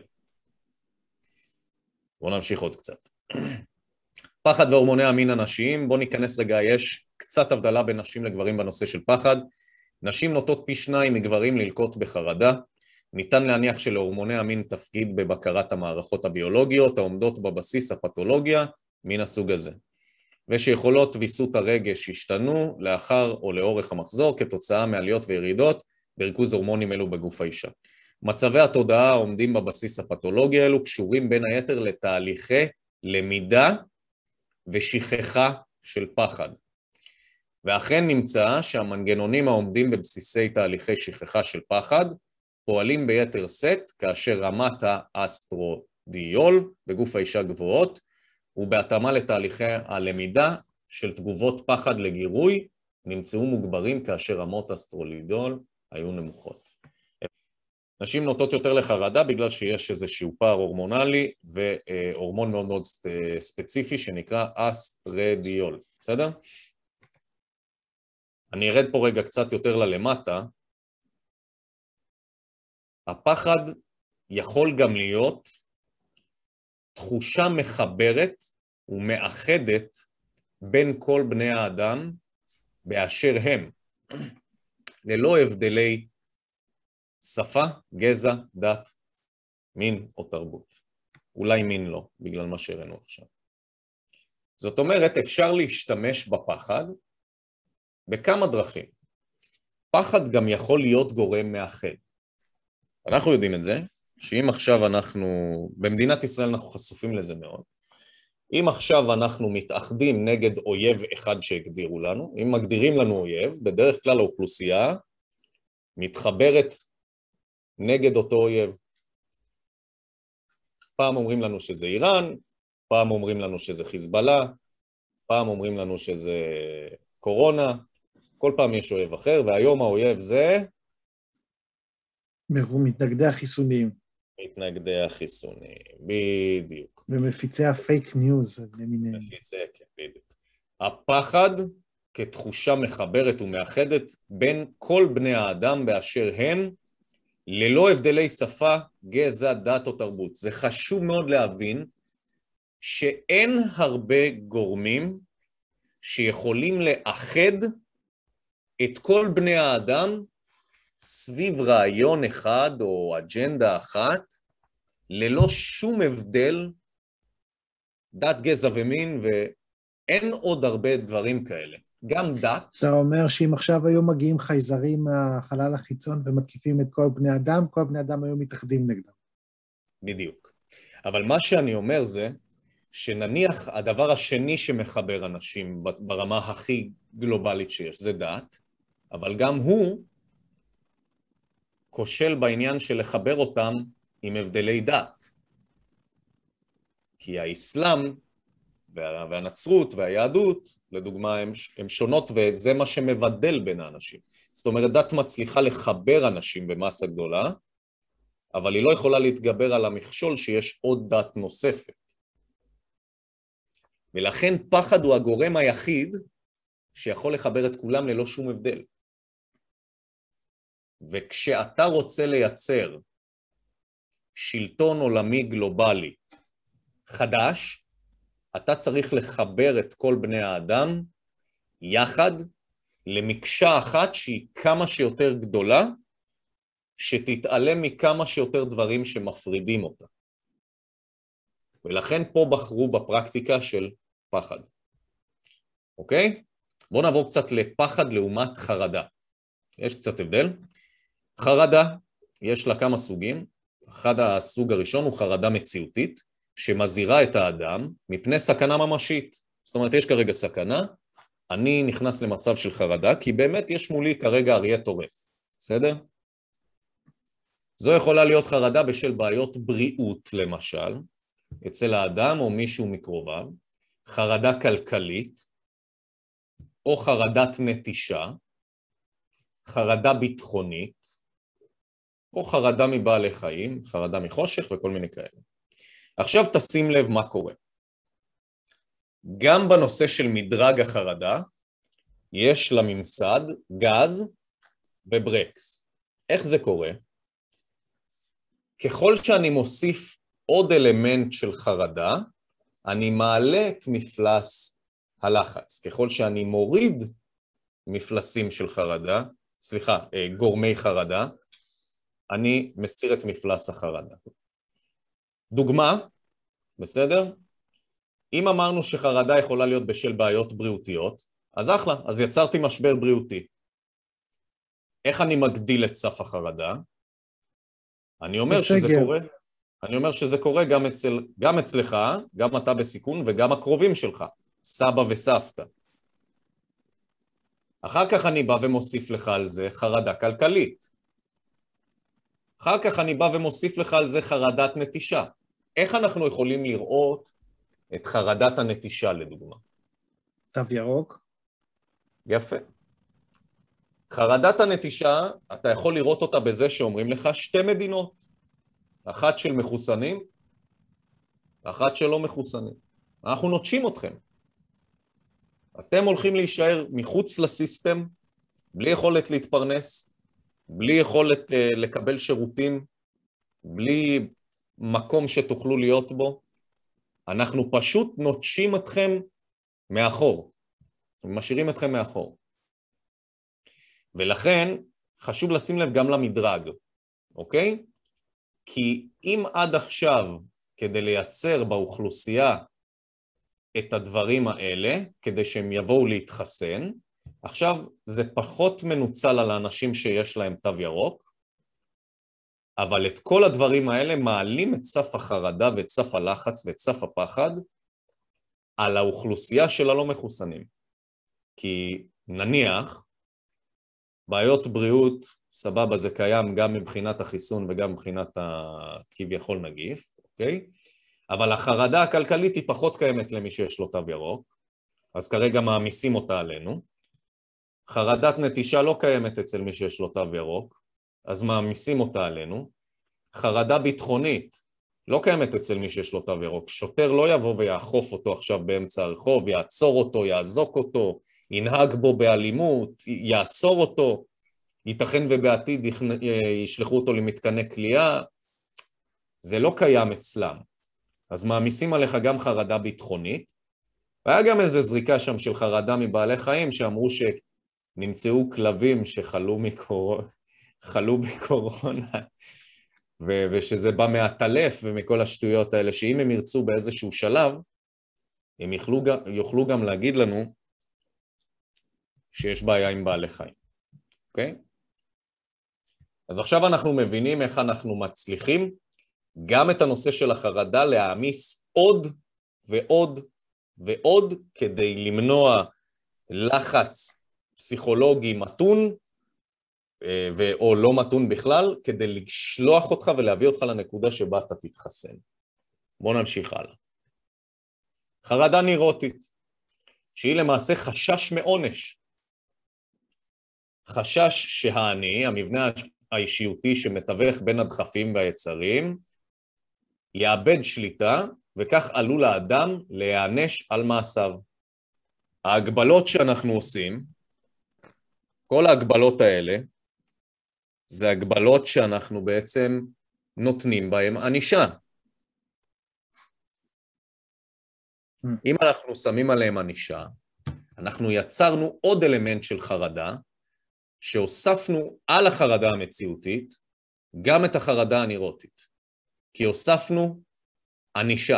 [SPEAKER 2] בואו נמשיך עוד קצת. פחד והורמוני המין הנשיים, בואו ניכנס רגע, יש קצת הבדלה בין נשים לגברים בנושא של פחד. נשים נוטות פי 2 מגברים ללקות בחרדה. ניתן להניח שלהורמוני המין תפקיד בבקרת המערכות הביולוגיות העומדות בבסיס הפתולוגיה מן הסוג הזה, ושיכולות ויסות הרגש השתנו לאחר או לאורך המחזור כתוצאה מעליות וירידות בריכוז הורמונים אלו בגוף האישה. מצבי התודעה העומדים בבסיס הפתולוגיה אלו קשורים בין היתר לתהליכי למידה ושכחה של פחד. ואכן נמצא שהמנגנונים העומדים בבסיסי תהליכי שכחה של פחד פועלים ביתר סט כאשר רמת האסטרודיול בגוף האישה גבוהות, ובהתאמה לתהליכי הלמידה של תגובות פחד לגירוי נמצאו מוגברים כאשר רמות אסטרודיול היו נמוכות. נשים נוטות יותר לחרדה בגלל שיש איזשהו פער הורמונלי והורמון מאוד מאוד ספציפי שנקרא אסטרדיול, בסדר? אני ארד פה רגע קצת יותר ללמטה. הפחד יכול גם להיות תחושה מחברת ומאחדת בין כל בני האדם באשר הם, ללא הבדלי שפה, גזע, דת, מין או תרבות. אולי מין לא, בגלל מה שהראינו עכשיו. זאת אומרת, אפשר להשתמש בפחד בכמה דרכים. פחד גם יכול להיות גורם מאחד. אנחנו יודעים את זה, שאם עכשיו אנחנו, במדינת ישראל אנחנו חשופים לזה מאוד, אם עכשיו אנחנו מתאחדים נגד אויב אחד שהגדירו לנו, אם מגדירים לנו אויב, בדרך כלל האוכלוסייה מתחברת נגד אותו אויב. פעם אומרים לנו שזה איראן, פעם אומרים לנו שזה חיזבאללה, פעם אומרים לנו שזה קורונה, כל פעם יש אויב אחר, והיום האויב זה
[SPEAKER 1] מתנגדי החיסונים.
[SPEAKER 2] מתנגדי החיסונים, בדיוק.
[SPEAKER 1] ומפיצי הפייק ניוז.
[SPEAKER 2] מפיצי, כן, בדיוק. הפחד כתחושה מחברת ומאחדת בין כל בני האדם באשר הם, ללא הבדלי שפה, גזע, דת או תרבות. זה חשוב מאוד להבין שאין הרבה גורמים שיכולים לאחד את כל בני האדם סביב רעיון אחד או אג'נדה אחת, ללא שום הבדל דת, גזע ומין, ואין עוד הרבה דברים כאלה. גם דת.
[SPEAKER 1] אתה אומר שאם עכשיו היו מגיעים חייזרים מהחלל החיצון ומתקיפים את כל בני אדם, כל בני אדם היו מתאחדים נגדם.
[SPEAKER 2] בדיוק. אבל מה שאני אומר זה, שנניח הדבר השני שמחבר אנשים ברמה הכי גלובלית שיש, זה דת, אבל גם הוא כושל בעניין של לחבר אותם עם הבדלי דת. כי האסלאם והנצרות והיהדות, לדוגמה, הם שונות, וזה מה שמבדל בין האנשים. זאת אומרת, דת מצליחה לחבר אנשים במסה גדולה, אבל היא לא יכולה להתגבר על המכשול שיש עוד דת נוספת. ולכן פחד הוא הגורם היחיד שיכול לחבר את כולם ללא שום הבדל. וכשאתה רוצה לייצר שלטון עולמי גלובלי חדש, אתה צריך לחבר את כל בני האדם יחד למקשה אחת שהיא כמה שיותר גדולה, שתתעלם מכמה שיותר דברים שמפרידים אותה. ולכן פה בחרו בפרקטיקה של פחד. אוקיי? בואו נעבור קצת לפחד לעומת חרדה. יש קצת הבדל. חרדה, יש לה כמה סוגים. אחד הסוג הראשון הוא חרדה מציאותית, שמזהירה את האדם מפני סכנה ממשית. זאת אומרת, יש כרגע סכנה, אני נכנס למצב של חרדה, כי באמת יש מולי כרגע אריה טורף. בסדר? זו יכולה להיות חרדה בשל בעיות בריאות, למשל, אצל האדם או מישהו מקרוביו, חרדה כלכלית, או חרדת נטישה, חרדה ביטחונית, או חרדה מבעלי חיים, חרדה מחושך וכל מיני כאלה. עכשיו תשים לב מה קורה. גם בנושא של מדרג החרדה, יש לממסד גז וברקס. איך זה קורה? ככל שאני מוסיף עוד אלמנט של חרדה, אני מעלה את מפלס הלחץ. ככל שאני מוריד מפלסים של חרדה, גורמי חרדה, אני מסיר את מפלס החרדה. דוגמה, בסדר? אם אמרנו שחרדה יכולה להיות בשל בעיות בריאותיות, אז אחלה, אז יצרתי משבר בריאותי. איך אני מגדיל את סף החרדה? אני אומר שזה קורה גם אצלך, גם אתה בסיכון וגם הקרובים שלך, סבא וסבתא. אחר כך אני בא ומוסיף לך על זה חרדה כלכלית. אחר כך אני בא ומוסיף לך על זה חרדת נטישה. איך אנחנו יכולים לראות את חרדת הנטישה לדוגמה?
[SPEAKER 1] תו ירוק.
[SPEAKER 2] יפה. חרדת הנטישה, אתה יכול לראות אותה בזה שאומרים לך שתי מדינות. אחת של מחוסנים, אחת של לא מחוסנים. אנחנו נוטשים אתכם. אתם הולכים להישאר מחוץ לסיסטם, בלי יכולת להתפרנס, בלי יכולת לקבל שירותים, בלי מקום שתוכלו להיות בו. אנחנו פשוט נוטשים אתכם מאחור. משאירים אתכם מאחור. ולכן חשוב לשים לב גם למדרג, אוקיי? כי אם עד עכשיו, כדי לייצר באוכלוסייה את הדברים האלה, כדי שהם יבואו להתחסן, עכשיו זה פחות מנוצל על האנשים שיש להם תו ירוק, אבל את כל הדברים האלה מעלים את סף החרדה ואת סף הלחץ ואת סף הפחד על האוכלוסייה של הלא מחוסנים. כי נניח, בעיות בריאות, סבבה, זה קיים גם מבחינת החיסון וגם מבחינת כביכול נגיף, אוקיי? אבל החרדה הכלכלית היא פחות קיימת למי שיש לו תו ירוק, אז כרגע מעמיסים אותה עלינו. חרדת נטישה לא קיימת אצל מי שיש לו תו ירוק, אז מעמיסים אותה עלינו. חרדה ביטחונית לא קיימת אצל מי שיש לו תו ירוק. שוטר לא יבוא ויאכוף אותו עכשיו באמצע הרחוב, יעצור אותו, יעזוק אותו, ינהג בו באלימות, יאסור אותו, ייתכן ובעתיד ישלחו אותו למתקני כליאה. זה לא קיים אצלם. אז מעמיסים עליך גם חרדה ביטחונית, והיה גם איזו זריקה שם של חרדה מבעלי חיים, שאמרו שנמצאו כלבים שחלו בקורונה, ושזה בא מהטלף ומכל השטויות האלה, שאם הם ירצו באיזשהו שלב, הם יוכלו גם להגיד לנו שיש בעיה עם בעלי חיים. אוקיי? אז עכשיו אנחנו מבינים איך אנחנו מצליחים גם את הנושא של החרדה להעמיס עוד ועוד ועוד כדי למנוע לחץ פסיכולוגי מתון, או לא מתון בכלל, כדי לשלוח אותך ולהביא אותך לנקודה שבה אתה תתחסן. בואו נמשיך הלאה. חרדה נירוטית, שהיא למעשה חשש מעונש. חשש שהאני, המבנה האישיותי שמתווך בין הדחפים והיצרים, יאבד שליטה, וכך עלול האדם להיענש על מעשיו. ההגבלות שאנחנו עושים, כל ההגבלות האלה, זה הגבלות שאנחנו בעצם נותנים בהן ענישה. אם אנחנו שמים עליהם ענישה, אנחנו יצרנו עוד אלמנט של חרדה, שהוספנו על החרדה המציאותית, גם את החרדה הנירוטית. כי הוספנו ענישה.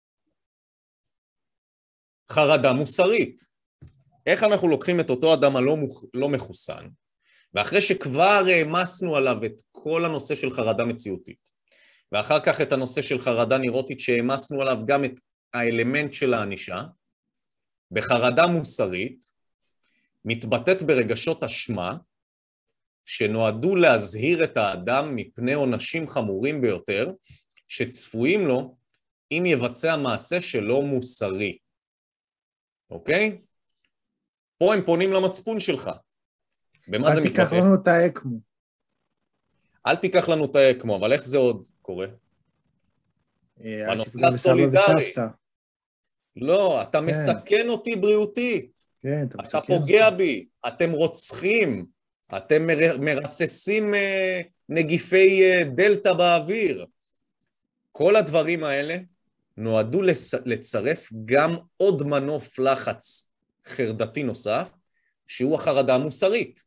[SPEAKER 2] חרדה מוסרית. איך אנחנו לוקחים את אותו אדם הלא מחוסן, ואחרי שכבר העמסנו עליו את כל הנושא של חרדה מציאותית, ואחר כך את הנושא של חרדה נירוטית שהעמסנו עליו גם את האלמנט של הענישה, בחרדה מוסרית מתבטאת ברגשות אשמה, שנועדו להזהיר את האדם מפני עונשים חמורים ביותר, שצפויים לו אם יבצע מעשה שלא מוסרי. אוקיי? פה הם פונים למצפון שלך. במה זה מתבטא?
[SPEAKER 1] תיקח לנו את האקמו.
[SPEAKER 2] אל תיקח לנו את האקמו, אבל איך זה עוד קורה?
[SPEAKER 1] אל
[SPEAKER 2] בנושא
[SPEAKER 1] תפגע בסבא
[SPEAKER 2] הסולידרי.
[SPEAKER 1] וסבתא.
[SPEAKER 2] לא, אתה
[SPEAKER 1] כן,
[SPEAKER 2] מסכן אותי בריאותית.
[SPEAKER 1] כן, אתה
[SPEAKER 2] אתה
[SPEAKER 1] מסכן אותי.
[SPEAKER 2] פוגע בי, אתם רוצחים, אתם מרססים נגיפי דלתא באוויר. כל הדברים האלה נועדו לצרף גם עוד מנוף לחץ חרדתי נוסף, שהוא החרדה המוסרית.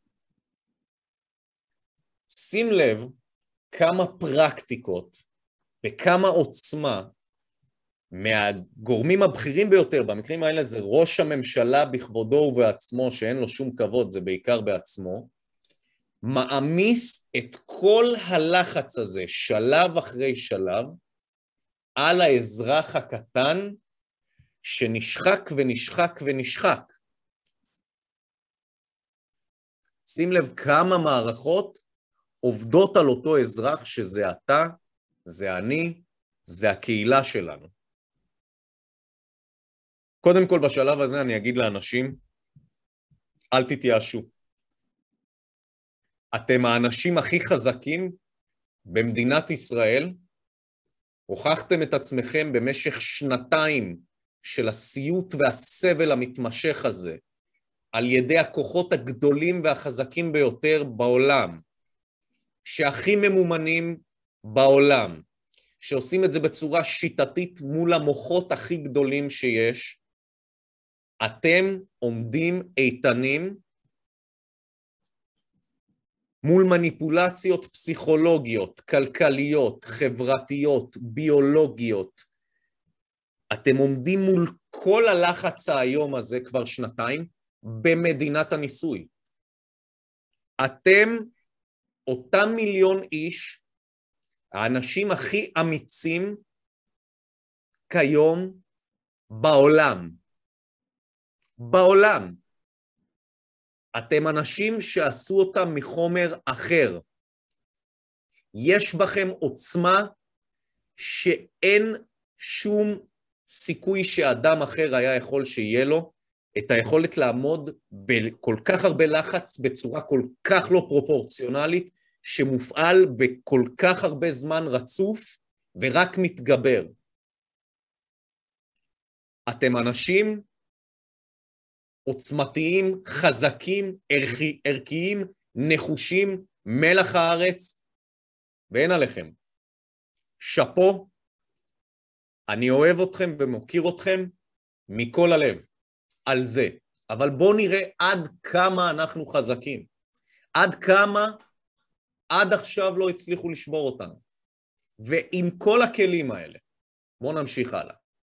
[SPEAKER 2] שים לב כמה פרקטיקות וכמה עוצמה מהגורמים הבכירים ביותר, במקרים האלה זה ראש הממשלה בכבודו ובעצמו, שאין לו שום כבוד, זה בעיקר בעצמו, מעמיס את כל הלחץ הזה, שלב אחרי שלב, על האזרח הקטן, שנשחק ונשחק ונשחק. שים לב כמה מערכות עובדות על אותו אזרח, שזה אתה, זה אני, זה הקהילה שלנו. קודם כל בשלב הזה אני אגיד לאנשים, אל תתייאשו. אתם האנשים הכי חזקים במדינת ישראל, הוכחתם את עצמכם במשך שנתיים של הסיוט והסבל המתמשך הזה, על ידי הכוחות הגדולים והחזקים ביותר בעולם, שהכי ממומנים בעולם, שעושים את זה בצורה שיטתית מול המוחות הכי גדולים שיש, אתם עומדים איתנים מול מניפולציות פסיכולוגיות, כלכליות, חברתיות, ביולוגיות. אתם עומדים מול כל הלחץ היום הזה כבר שנתיים במדינת הניסוי. אתם, אותם מיליון איש, האנשים הכי אמיצים כיום בעולם. בעולם. אתם אנשים שעשו אותם מחומר אחר. יש בכם עוצמה שאין שום סיכוי שאדם אחר היה יכול שיהיה לו, את היכולת לעמוד בכל כך הרבה לחץ בצורה כל כך לא פרופורציונלית, שמופעל בכל כך הרבה זמן רצוף ורק מתגבר. אתם אנשים עוצמתיים, חזקים, ערכיים, נחושים, מלח הארץ, ואין עליכם. שפו, אני אוהב אתכם ומוקיר אתכם מכל הלב, על זה. אבל בואו נראה עד כמה אנחנו חזקים. עד כמה עד עכשיו לא הצליחו לשבור אותנו. ועם כל הכלים האלה, בואו נמשיך הלאה.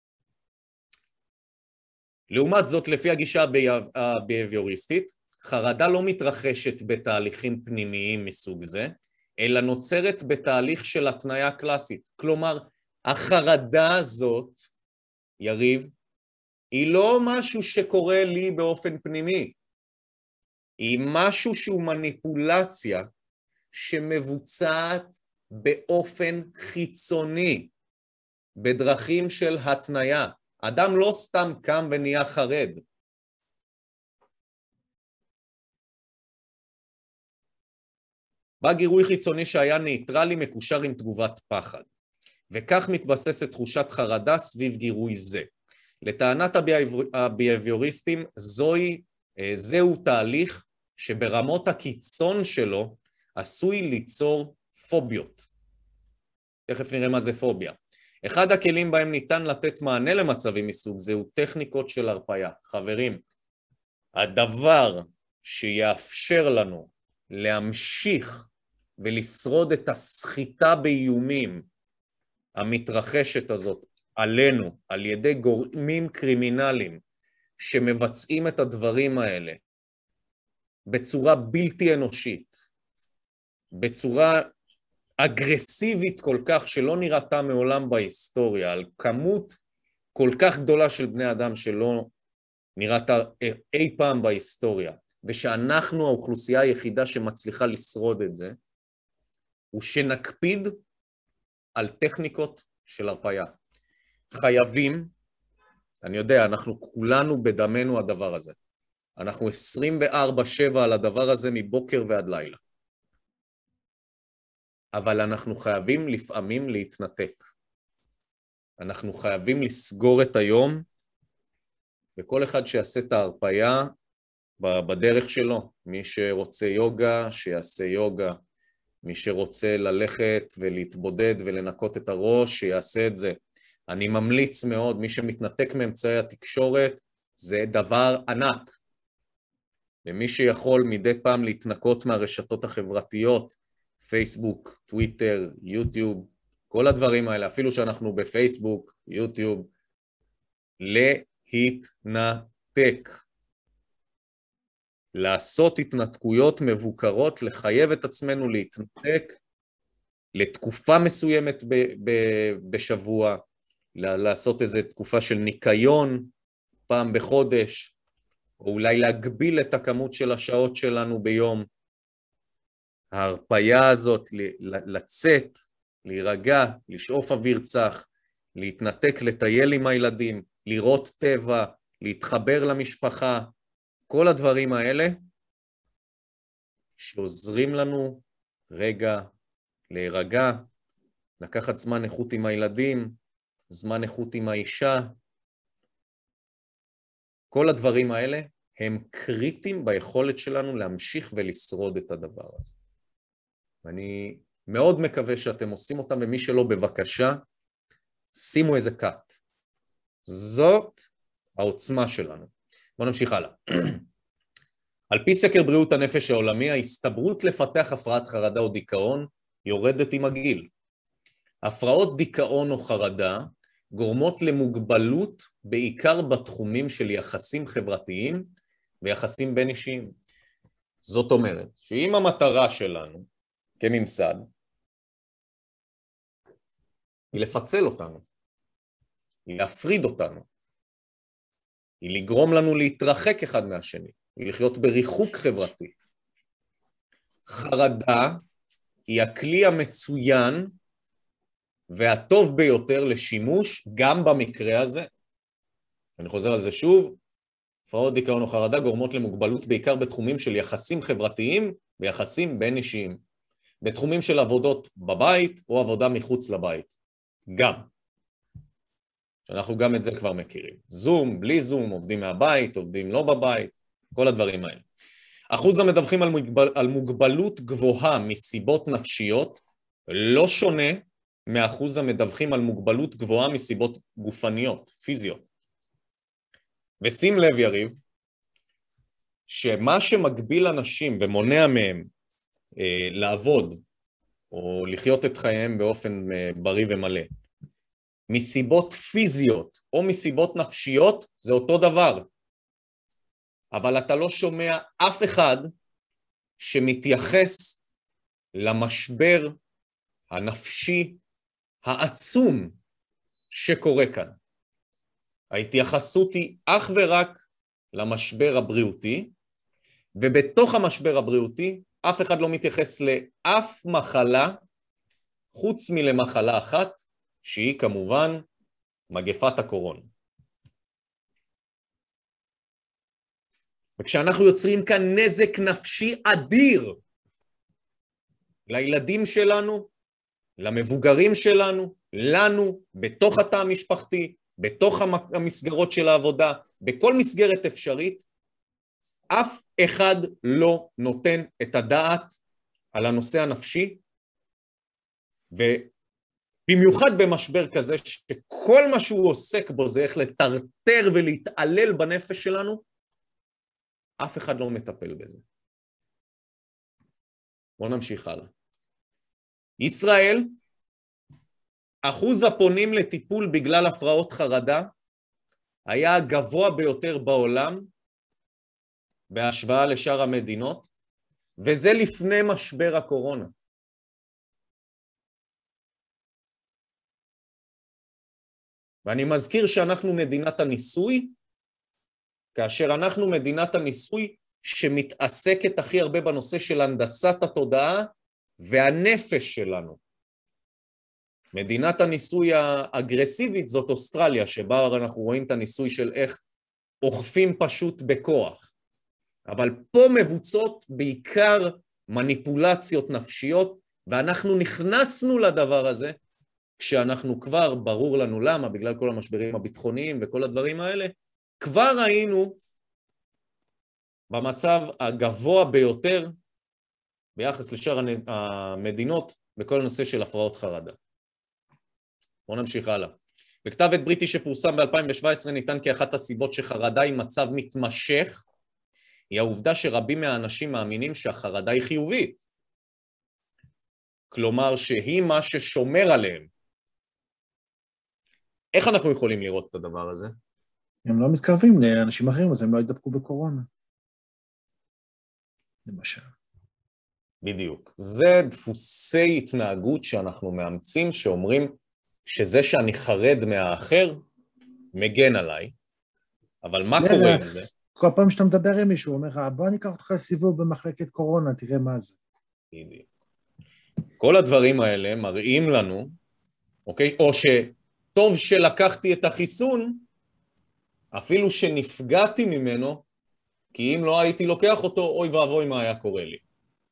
[SPEAKER 2] לעומת זאת, לפי הגישה הביהביוריסטית, חרדה לא מתרחשת בתהליכים פנימיים מסוג זה, אלא נוצרת בתהליך של התניה קלאסית. כלומר, החרדה הזאת, יריב, היא לא משהו שקורה לי באופן פנימי, היא משהו שהוא מניפולציה שמבוצעת באופן חיצוני, בדרכים של התניה. אדם לא סתם קם ונהיה חרד. בא גירוי חיצוני שהיה ניטרלי מקושר עם תגובת פחד, וכך מתבססת תחושת חרדה סביב גירוי זה. לטענת הביהביוריסטים, זהו תהליך שברמות הקיצון שלו עשוי ליצור פוביות. תכף נראה מה זה פוביה. אחד הכלים בהם ניתן לתת מענה למצבים מסוג זהו טכניקות של הרפאיה. חברים, הדבר שיאפשר לנו להמשיך ולשרוד את הסחיטה באיומים המתרחשת הזאת עלינו, על ידי גורמים קרימינליים שמבצעים את הדברים האלה בצורה בלתי אנושית, בצורה אגרסיבית כל כך שלא נראתה מעולם בהיסטוריה, על כמות כל כך גדולה של בני אדם שלא נראתה אי פעם בהיסטוריה, ושאנחנו האוכלוסייה היחידה שמצליחה לשרוד את זה, הוא שנקפיד על טכניקות של הרפאיה. חייבים, אני יודע, אנחנו כולנו בדמנו הדבר הזה. אנחנו 24/7 על הדבר הזה מבוקר ועד לילה. אבל אנחנו חייבים לפעמים להתנתק. אנחנו חייבים לסגור את היום, וכל אחד שיעשה את ההרפאיה בדרך שלו. מי שרוצה יוגה, שיעשה יוגה. מי שרוצה ללכת ולהתבודד ולנקות את הראש, שיעשה את זה. אני ממליץ מאוד, מי שמתנתק מאמצעי התקשורת, זה דבר ענק. ומי שיכול מדי פעם להתנקות מהרשתות החברתיות, פייסבוק, טוויטר, יוטיוב, כל הדברים האלה, אפילו שאנחנו בפייסבוק, יוטיוב, להתנתק. לעשות התנתקויות מבוקרות, לחייב את עצמנו להתנתק לתקופה מסוימת בשבוע, לעשות איזו תקופה של ניקיון פעם בחודש, או אולי להגביל את הכמות של השעות שלנו ביום. ההרפאיה הזאת, לצאת, להירגע, לשאוף אוויר צח, להתנתק, לטייל עם הילדים, לראות טבע, להתחבר למשפחה, כל הדברים האלה שעוזרים לנו רגע להירגע, לקחת זמן איכות עם הילדים, זמן איכות עם האישה. כל הדברים האלה הם קריטיים ביכולת שלנו להמשיך ולשרוד את הדבר הזה. ואני מאוד מקווה שאתם עושים אותם, ומי שלא בבקשה, שימו איזה קאט. זאת העוצמה שלנו. בואו נמשיך הלאה. על פי סקר בריאות הנפש העולמי, ההסתברות לפתח הפרעת חרדה או דיכאון יורדת עם הגיל. הפרעות דיכאון או חרדה גורמות למוגבלות בעיקר בתחומים של יחסים חברתיים ויחסים בין אישיים. זאת אומרת, שאם המטרה שלנו כממסד היא לפצל אותנו, היא להפריד אותנו, היא לגרום לנו להתרחק אחד מהשני, היא לחיות בריחוק חברתי. חרדה היא הכלי המצוין והטוב ביותר לשימוש גם במקרה הזה. אני חוזר על זה שוב, הפרעות דיכאון או חרדה גורמות למוגבלות בעיקר בתחומים של יחסים חברתיים ויחסים בין אישיים. בתחומים של עבודות בבית או עבודה מחוץ לבית. גם. שאנחנו גם את זה כבר מכירים. זום, בלי זום, עובדים מהבית, עובדים לא בבית, כל הדברים האלה. אחוז המדווחים על מוגבלות גבוהה מסיבות נפשיות לא שונה מאחוז המדווחים על מוגבלות גבוהה מסיבות גופניות, פיזיות. ושים לב יריב, שמה שמגביל אנשים ומונע מהם לעבוד או לחיות את חייהם באופן בריא ומלא, מסיבות פיזיות או מסיבות נפשיות, זה אותו דבר. אבל אתה לא שומע אף אחד שמתייחס למשבר הנפשי העצום שקורה כאן. ההתייחסות היא אך ורק למשבר הבריאותי, ובתוך המשבר הבריאותי אף אחד לא מתייחס לאף מחלה, חוץ מלמחלה אחת, שהיא כמובן מגפת הקורונה. וכשאנחנו יוצרים כאן נזק נפשי אדיר לילדים שלנו, למבוגרים שלנו, לנו, בתוך התא המשפחתי, בתוך המסגרות של העבודה, בכל מסגרת אפשרית, אף אחד לא נותן את הדעת על הנושא הנפשי, ובמיוחד במשבר כזה שכל מה שהוא עוסק בו זה איך לטרטר ולהתעלל בנפש שלנו, אף אחד לא מטפל בזה. בואו נמשיך הלאה. ישראל, אחוז הפונים לטיפול בגלל הפרעות חרדה היה הגבוה ביותר בעולם בהשוואה לשאר המדינות, וזה לפני משבר הקורונה. ואני מזכיר שאנחנו מדינת הניסוי, כאשר אנחנו מדינת הניסוי שמתעסקת הכי הרבה בנושא של הנדסת התודעה והנפש שלנו. מדינת הניסוי האגרסיבית זאת אוסטרליה, שבה אנחנו רואים את הניסוי של איך אוכפים פשוט בכוח. אבל פה מבוצעות בעיקר מניפולציות נפשיות ואנחנו נכנסנו לדבר הזה, כשאנחנו כבר, ברור לנו למה, בגלל כל המשברים הביטחוניים וכל הדברים האלה, כבר היינו במצב הגבוה ביותר ביחס לשאר המדינות בכל הנושא של הפרעות חרדה. בואו נמשיך הלאה. בכתב עת בריטי שפורסם ב-2017 ניתן כאחת הסיבות שחרדה היא מצב מתמשך, היא העובדה שרבים מהאנשים מאמינים שהחרדה היא חיובית. כלומר שהיא מה ששומר עליהם. איך אנחנו יכולים לראות את הדבר הזה?
[SPEAKER 1] הם לא מתקרבים לאנשים אחרים, אז הם לא ידבקו בקורונה. למשל.
[SPEAKER 2] בדיוק. זה דפוסי התנהגות שאנחנו מאמצים, שאומרים שזה שאני חרד מהאחר, מגן עליי, אבל מה קורה עם זה?
[SPEAKER 1] כל פעם שאתה מדבר עם מישהו, הוא אומר לך, בוא ניקח אותך לסיבוב במחלקת קורונה, תראה מה זה.
[SPEAKER 2] בדיוק. כל הדברים האלה מראים לנו, אוקיי? או שטוב שלקחתי את החיסון, אפילו שנפגעתי ממנו, כי אם לא הייתי לוקח אותו, אוי ואבוי מה היה קורה לי.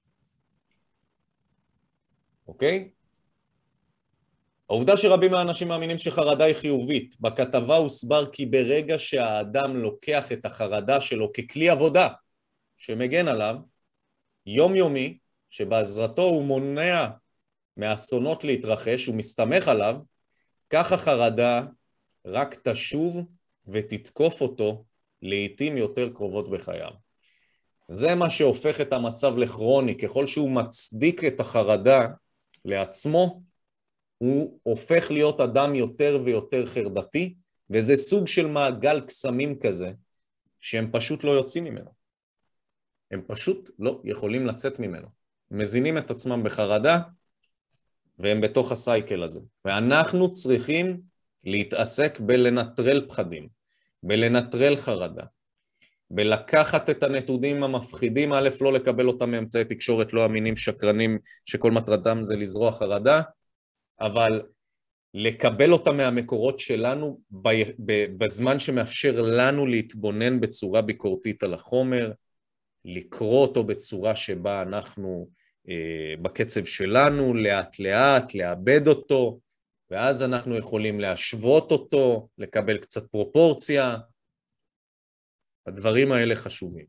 [SPEAKER 2] אוקיי? העובדה שרבים מהאנשים מאמינים שחרדה היא חיובית. בכתבה הוסבר כי ברגע שהאדם לוקח את החרדה שלו ככלי עבודה שמגן עליו, יומיומי, שבעזרתו הוא מונע מאסונות להתרחש, הוא מסתמך עליו, כך החרדה רק תשוב ותתקוף אותו לעתים יותר קרובות בחייו. זה מה שהופך את המצב לכרוני. ככל שהוא מצדיק את החרדה לעצמו, הוא הופך להיות אדם יותר ויותר חרדתי, וזה סוג של מעגל קסמים כזה, שהם פשוט לא יוצאים ממנו. הם פשוט לא יכולים לצאת ממנו. מזינים את עצמם בחרדה, והם בתוך הסייקל הזה. ואנחנו צריכים להתעסק בלנטרל פחדים, בלנטרל חרדה, בלקחת את הנתונים המפחידים, א', לא לקבל אותם מאמצעי תקשורת לא אמינים, שקרנים, שכל מטרתם זה לזרוע חרדה, אבל לקבל אותם מהמקורות שלנו בזמן שמאפשר לנו להתבונן בצורה ביקורתית על החומר, לקרוא אותו בצורה שבה אנחנו בקצב שלנו, לאט לאט, לאבד אותו, ואז אנחנו יכולים להשוות אותו, לקבל קצת פרופורציה. הדברים האלה חשובים.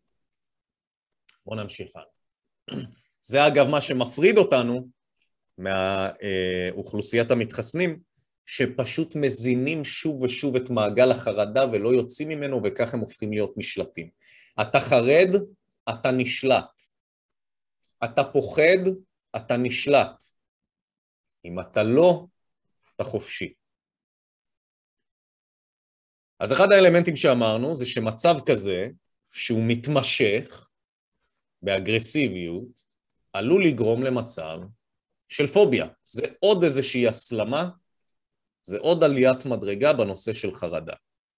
[SPEAKER 2] בואו נמשיך הלאה. זה אגב מה שמפריד אותנו מהאוכלוסיית המתחסנים, שפשוט מזינים שוב ושוב את מעגל החרדה ולא יוצאים ממנו, וכך הם הופכים להיות נשלטים. אתה חרד, אתה נשלט. אתה פוחד, אתה נשלט. אם אתה לא, אתה חופשי. אז אחד האלמנטים שאמרנו זה שמצב כזה, שהוא מתמשך באגרסיביות, עלול לגרום למצב של פוביה. זה עוד איזושהי הסלמה, זה עוד עליית מדרגה בנושא של חרדה.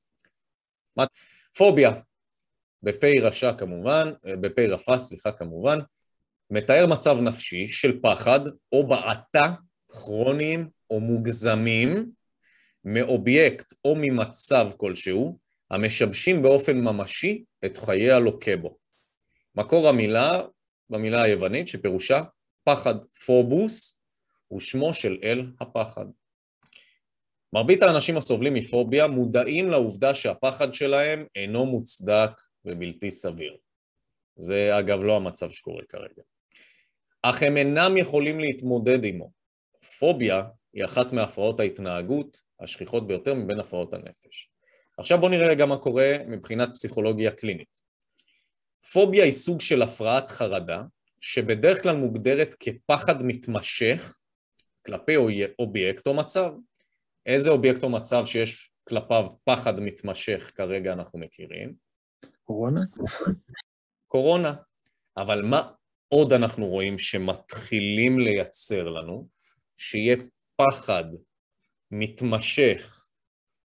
[SPEAKER 2] פוביה, בפי רשע כמובן, בפי רפה, סליחה כמובן, מתאר מצב נפשי של פחד או בעתה כרוניים או מוגזמים מאובייקט או ממצב כלשהו, המשבשים באופן ממשי את חיי הלוקה בו. מקור המילה, במילה היוונית שפירושה פחד פובוס, הוא שמו של אל הפחד. מרבית האנשים הסובלים מפוביה מודעים לעובדה שהפחד שלהם אינו מוצדק ובלתי סביר. זה אגב לא המצב שקורה כרגע. אך הם אינם יכולים להתמודד עמו. פוביה היא אחת מהפרעות ההתנהגות השכיחות ביותר מבין הפרעות הנפש. עכשיו בואו נראה גם מה קורה מבחינת פסיכולוגיה קלינית. פוביה היא סוג של הפרעת חרדה, שבדרך כלל מוגדרת כפחד מתמשך כלפי אובייקט או מצב. איזה אובייקט או מצב שיש כלפיו פחד מתמשך כרגע אנחנו מכירים?
[SPEAKER 1] קורונה?
[SPEAKER 2] קורונה. אבל מה עוד אנחנו רואים שמתחילים לייצר לנו? שיהיה פחד מתמשך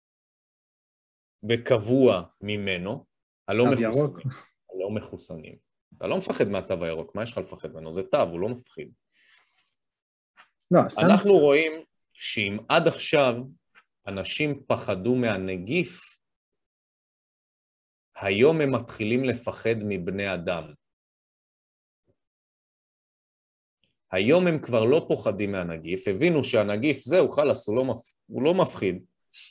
[SPEAKER 2] וקבוע ממנו, הלא מחוסנים. הלא מחוסנים. אתה לא מפחד מהתו הירוק, מה יש לך לפחד ממנו? זה תו, הוא לא מפחיד.
[SPEAKER 1] לא,
[SPEAKER 2] אנחנו רואים שאם עד עכשיו אנשים פחדו מהנגיף, היום הם מתחילים לפחד מבני אדם. היום הם כבר לא פוחדים מהנגיף, הבינו שהנגיף זהו, חלס, הוא לא מפחיד.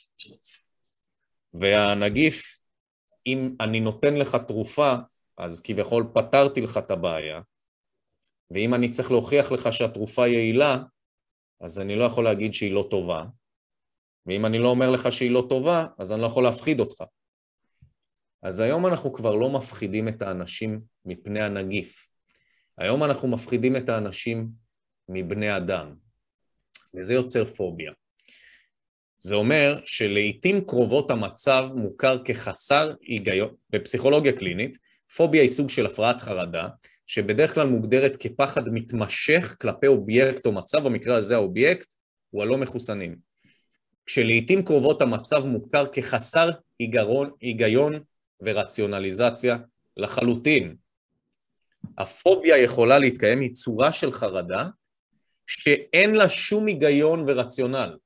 [SPEAKER 2] והנגיף, אם אני נותן לך תרופה, אז כביכול פתרתי לך את הבעיה, ואם אני צריך להוכיח לך שהתרופה יעילה, אז אני לא יכול להגיד שהיא לא טובה, ואם אני לא אומר לך שהיא לא טובה, אז אני לא יכול להפחיד אותך. אז היום אנחנו כבר לא מפחידים את האנשים מפני הנגיף. היום אנחנו מפחידים את האנשים מבני אדם, וזה יוצר פוביה. זה אומר שלעיתים קרובות המצב מוכר כחסר היגיון, בפסיכולוגיה קלינית, פוביה היא סוג של הפרעת חרדה, שבדרך כלל מוגדרת כפחד מתמשך כלפי אובייקט או מצב, במקרה הזה האובייקט הוא הלא מחוסנים. כשלעיתים קרובות המצב מוכר כחסר היגיון ורציונליזציה לחלוטין. הפוביה יכולה להתקיים, היא צורה של חרדה, שאין לה שום היגיון ורציונל.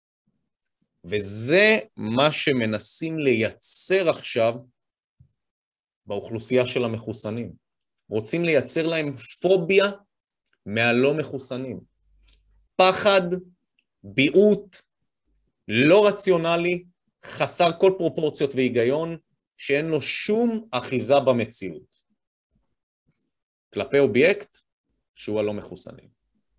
[SPEAKER 2] וזה מה שמנסים לייצר עכשיו באוכלוסייה של המחוסנים. רוצים לייצר להם פוביה מהלא מחוסנים. פחד, ביעוט, לא רציונלי, חסר כל פרופורציות והיגיון, שאין לו שום אחיזה במציאות. כלפי אובייקט שהוא הלא מחוסנים.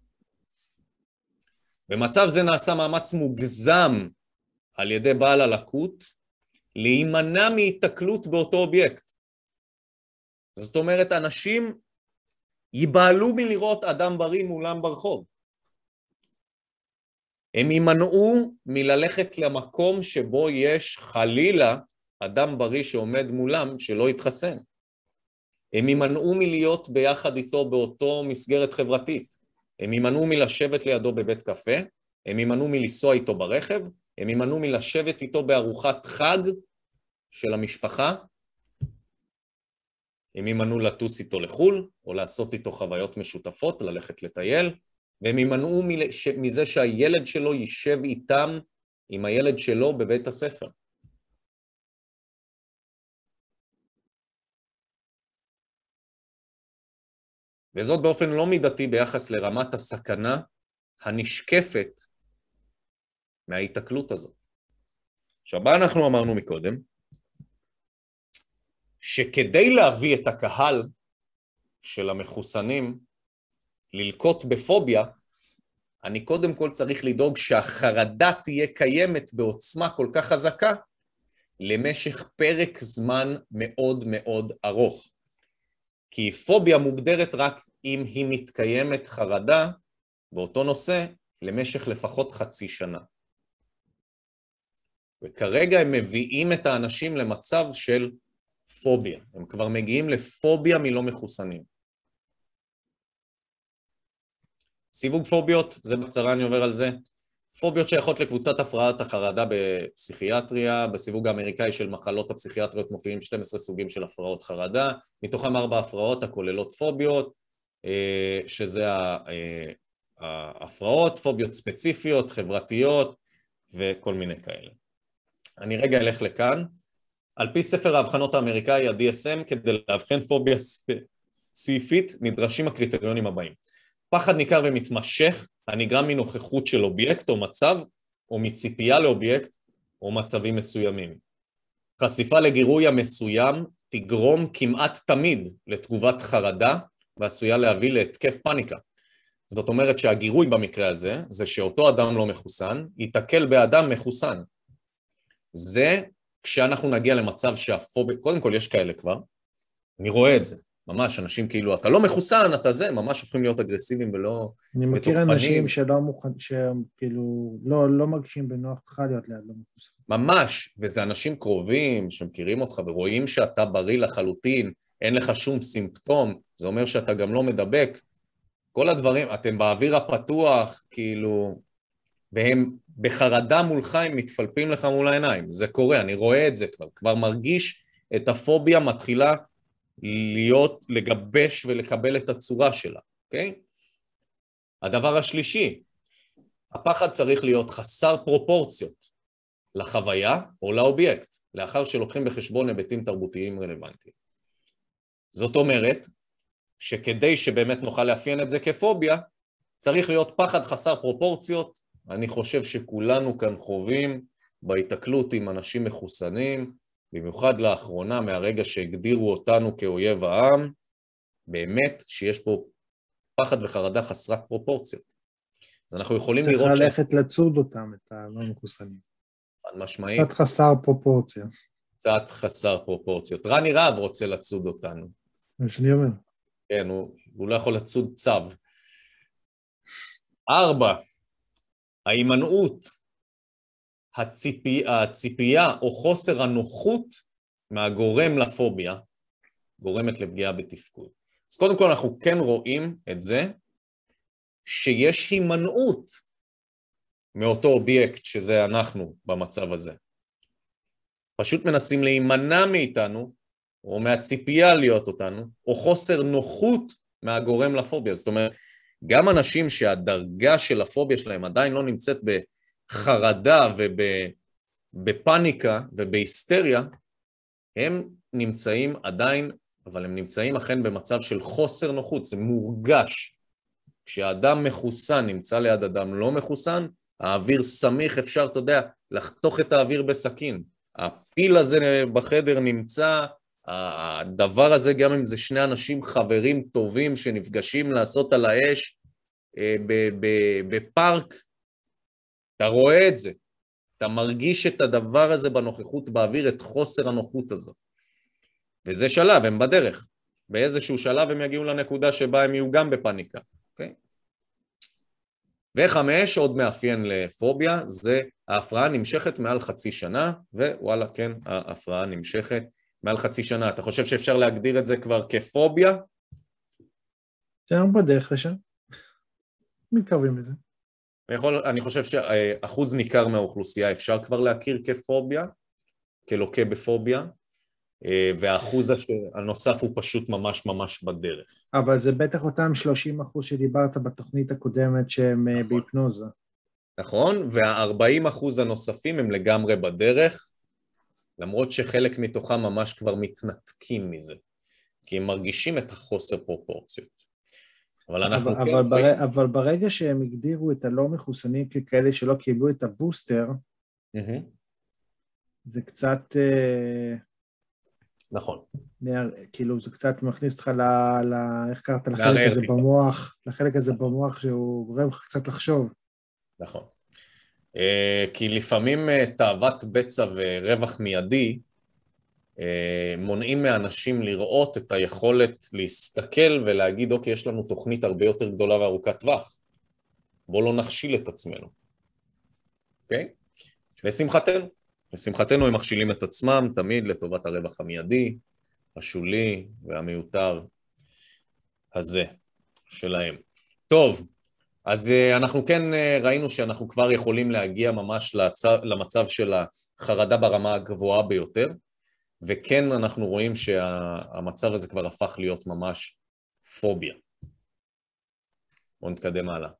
[SPEAKER 2] במצב זה נעשה מאמץ מוגזם על ידי בעל הלקות, להימנע מהתקלות באותו אובייקט. זאת אומרת, אנשים ייבהלו מלראות אדם בריא מולם ברחוב. הם יימנעו מללכת למקום שבו יש חלילה אדם בריא שעומד מולם שלא יתחסן. הם יימנעו מלהיות ביחד איתו באותו מסגרת חברתית. הם יימנעו מלשבת לידו בבית קפה, הם יימנעו מלנסוע איתו ברכב, הם יימנעו מלשבת איתו בארוחת חג של המשפחה, הם יימנעו לטוס איתו לחול, או לעשות איתו חוויות משותפות, ללכת לטייל, והם יימנעו מזה שהילד שלו יישב איתם, עם הילד שלו בבית הספר. וזאת באופן לא מידתי ביחס לרמת הסכנה הנשקפת מההתקלות הזאת. עכשיו, מה אנחנו אמרנו מקודם? שכדי להביא את הקהל של המחוסנים ללקות בפוביה, אני קודם כל צריך לדאוג שהחרדה תהיה קיימת בעוצמה כל כך חזקה, למשך פרק זמן מאוד מאוד ארוך. כי פוביה מוגדרת רק אם היא מתקיימת חרדה באותו נושא למשך לפחות חצי שנה. וכרגע הם מביאים את האנשים למצב של פוביה. הם כבר מגיעים לפוביה מלא מחוסנים. סיווג פוביות, זה בקצרה אני עובר על זה. פוביות שייכות לקבוצת הפרעת החרדה בפסיכיאטריה, בסיווג האמריקאי של מחלות הפסיכיאטריות מופיעים 12 סוגים של הפרעות חרדה, מתוכם 4 הפרעות הכוללות פוביות, שזה ההפרעות, פוביות ספציפיות, חברתיות וכל מיני כאלה. אני רגע אלך לכאן. על פי ספר ההבחנות האמריקאי, ה-DSM, כדי להבחן פוביה ספציפית, נדרשים הקריטריונים הבאים. פחד ניכר ומתמשך, הנגרם מנוכחות של אובייקט או מצב, או מציפייה לאובייקט או מצבים מסוימים. חשיפה לגירוי המסוים תגרום כמעט תמיד לתגובת חרדה, ועשויה להביא להתקף פאניקה. זאת אומרת שהגירוי במקרה הזה, זה שאותו אדם לא מחוסן, ייתקל באדם מחוסן. זה כשאנחנו נגיע למצב שהפוביה, קודם כל יש כאלה כבר, אני רואה את זה. ממש, אנשים כאילו, אתה לא מחוסן, אתה זה, ממש הופכים להיות אגרסיביים ולא...
[SPEAKER 1] אני מכיר אנשים שלא מוכן, שהם כאילו, לא מרגישים בנוח לך להיות ליד לא מחוסן.
[SPEAKER 2] ממש, וזה אנשים קרובים שמכירים אותך ורואים שאתה בריא לחלוטין, אין לך שום סימפטום, זה אומר שאתה גם לא מדבק. כל הדברים, אתם באוויר הפתוח, כאילו, והם בחרדה מולך, הם מתפלפים לך מול העיניים. זה קורה, אני רואה את זה כבר מרגיש את הפוביה מתחילה, להיות, לגבש ולקבל את הצורה שלה, אוקיי? הדבר השלישי, הפחד צריך להיות חסר פרופורציות לחוויה או לאובייקט, לאחר שלוקחים בחשבון היבטים תרבותיים רלוונטיים. זאת אומרת, שכדי שבאמת נוכל לאפיין את זה כפוביה, צריך להיות פחד חסר פרופורציות, אני חושב שכולנו כאן חווים בהתקלות עם אנשים מחוסנים, במיוחד לאחרונה מהרגע שהגדירו אותנו כאויב העם, באמת שיש פה פחד וחרדה חסרת פרופורציות. אז אנחנו יכולים לראות
[SPEAKER 1] צריך ללכת לצוד אותם, את הלא מחוסנים.
[SPEAKER 2] משמעית.
[SPEAKER 1] קצת חסר פרופורציה.
[SPEAKER 2] קצת חסר פרופורציות. רני רהב רוצה לצוד אותנו.
[SPEAKER 1] מה שאני אומר.
[SPEAKER 2] כן, הוא לא יכול לצוד צו. 4. ההימנעות, הציפייה או חוסר הנוחות מהגורם לפוביה, גורמת לפגיעה בתפקוד. אז קודם כל אנחנו כן רואים את זה, שיש הימנעות מאותו אובייקט שזה אנחנו במצב הזה. פשוט מנסים להימנע מאיתנו, או מהציפייה להיות אותנו, או חוסר נוחות מהגורם לפוביה. זאת אומרת, גם אנשים שהדרגה של הפוביה שלהם עדיין לא נמצאת בחרדה ובפניקה ובהיסטריה, הם נמצאים עדיין, אבל הם נמצאים אכן במצב של חוסר נוחות, זה מורגש. כשאדם מחוסן נמצא ליד אדם לא מחוסן, האוויר סמיך, אפשר, אתה יודע, לחתוך את האוויר בסכין. הפיל הזה בחדר נמצא, הדבר הזה, גם אם זה שני אנשים חברים טובים שנפגשים לעשות על האש בפארק, אתה רואה את זה, אתה מרגיש את הדבר הזה בנוכחות באוויר, את חוסר הנוחות הזו. וזה שלב, הם בדרך. באיזשהו שלב הם יגיעו לנקודה שבה הם יהיו גם בפניקה. אוקיי? ו5, עוד מאפיין לפוביה, זה ההפרעה נמשכת מעל חצי שנה, ווואלה, כן, ההפרעה נמשכת מעל חצי שנה. אתה חושב שאפשר להגדיר את זה כבר כפוביה?
[SPEAKER 1] שאנחנו בדרך לשם. מתקרבים לזה.
[SPEAKER 2] אני חושב שאחוז ניכר מהאוכלוסייה אפשר כבר להכיר כפוביה, כלוקה בפוביה, והאחוז הנוסף הוא פשוט ממש ממש בדרך.
[SPEAKER 1] אבל זה בטח אותם 30% שדיברת בתוכנית הקודמת שהם בהיפנוזה.
[SPEAKER 2] נכון, וה-40% הנוספים הם לגמרי בדרך, למרות שחלק מתוכם ממש כבר מתנתקים מזה, כי הם מרגישים את החוסר פרופורציות.
[SPEAKER 1] אבל ברגע שהם הגדירו את הלא מחוסנים ככאלה שלא קיבלו את הבוסטר, זה קצת...
[SPEAKER 2] נכון.
[SPEAKER 1] כאילו זה קצת מכניס אותך איך קראת לחלק הזה במוח, לחלק הזה במוח שהוא גורם לך קצת לחשוב.
[SPEAKER 2] נכון. כי לפעמים תאוות בצע ורווח מיידי מונעים מאנשים לראות את היכולת להסתכל ולהגיד, אוקיי, יש לנו תוכנית הרבה יותר גדולה וארוכת טווח. בואו לא נכשיל את עצמנו. אוקיי? לשמחתנו הם מכשילים את עצמם תמיד לטובת הרווח המיידי, השולי והמיותר הזה שלהם. טוב, אז אנחנו כן ראינו שאנחנו כבר יכולים להגיע ממש למצב של החרדה ברמה הגבוהה ביותר, וכן אנחנו רואים שהמצב הזה כבר הפך להיות ממש פוביה. בואו נתקדם הלאה.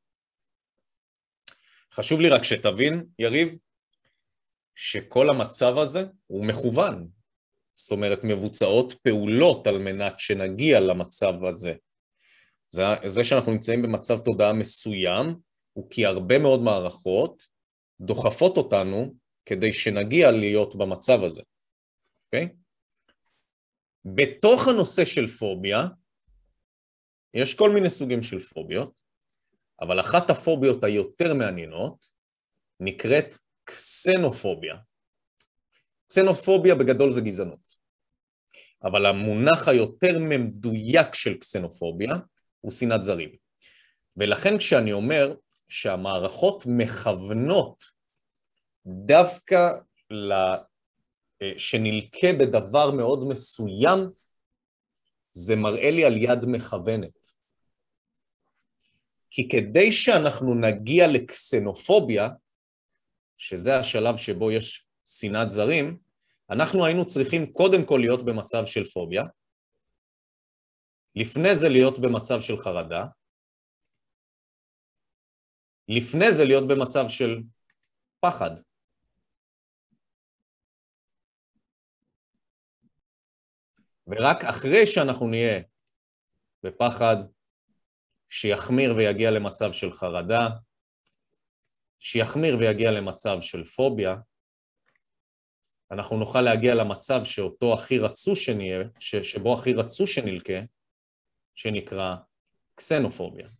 [SPEAKER 2] חשוב לי רק שתבין, יריב, שכל המצב הזה הוא מכוון. זאת אומרת, מבוצעות פעולות על מנת שנגיע למצב הזה. זה שאנחנו נמצאים במצב תודעה מסוים, הוא כי הרבה מאוד מערכות דוחפות אותנו כדי שנגיע להיות במצב הזה. אוקיי? בתוך הנושא של פוביה, יש כל מיני סוגים של פוביות, אבל אחת הפוביות היותר מעניינות נקראת קסנופוביה. קסנופוביה בגדול זה גזענות. אבל המונח היותר מדויק של קסנופוביה הוא שנאת זרים. ולכן כשאני אומר שהמערכות מכוונות דווקא שנלקה בדבר מאוד מסוים, זה מראה לי על יד מכוונת. כי כדי שאנחנו נגיע לקסנופוביה, שזה השלב שבו יש שנאת זרים, אנחנו היינו צריכים קודם כל להיות במצב של פוביה, לפני זה להיות במצב של חרדה, לפני זה להיות במצב של פחד. ורק אחרי שאנחנו נהיה בפחד, שיחמיר ויגיע למצב של חרדה, שיחמיר ויגיע למצב של פוביה, אנחנו נוכל להגיע למצב שאותו הכי רצו שנהיה, שבו הכי רצו שנלקה, שנקרא קסנופוביה.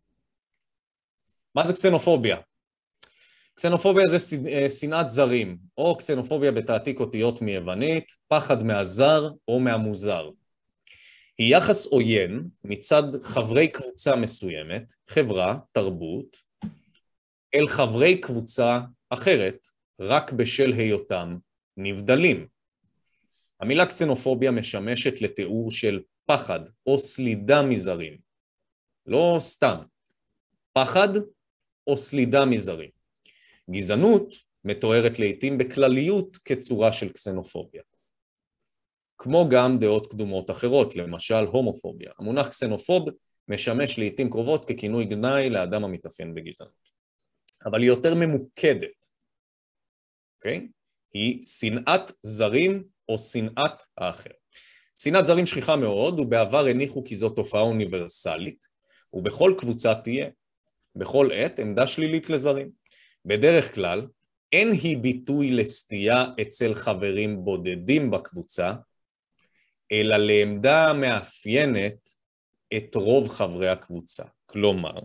[SPEAKER 2] מה זה קסנופוביה? קסנופוביה זה שנאת זרים, או קסנופוביה בתעתיק אותיות מיוונית, פחד מהזר או מהמוזר. היא יחס עוין מצד חברי קבוצה מסוימת, חברה, תרבות, אל חברי קבוצה אחרת, רק בשל היותם נבדלים. המילה קסנופוביה משמשת לתיאור של פחד או סלידה מזרים. לא סתם, פחד או סלידה מזרים. גזענות מתוארת לעתים בכלליות כצורה של קסנופוביה. כמו גם דעות קדומות אחרות, למשל הומופוביה. המונח קסנופוב משמש לעתים קרובות ככינוי גנאי לאדם המתאפיין בגזענות. אבל היא יותר ממוקדת, אוקיי? היא שנאת זרים או שנאת האחר. שנאת זרים שכיחה מאוד, ובעבר הניחו כי זו תופעה אוניברסלית, ובכל קבוצה תהיה, בכל עת, עמדה שלילית לזרים. בדרך כלל, אין היא ביטוי לסטייה אצל חברים בודדים בקבוצה, אלא לעמדה מאפיינת את רוב חברי הקבוצה. כלומר,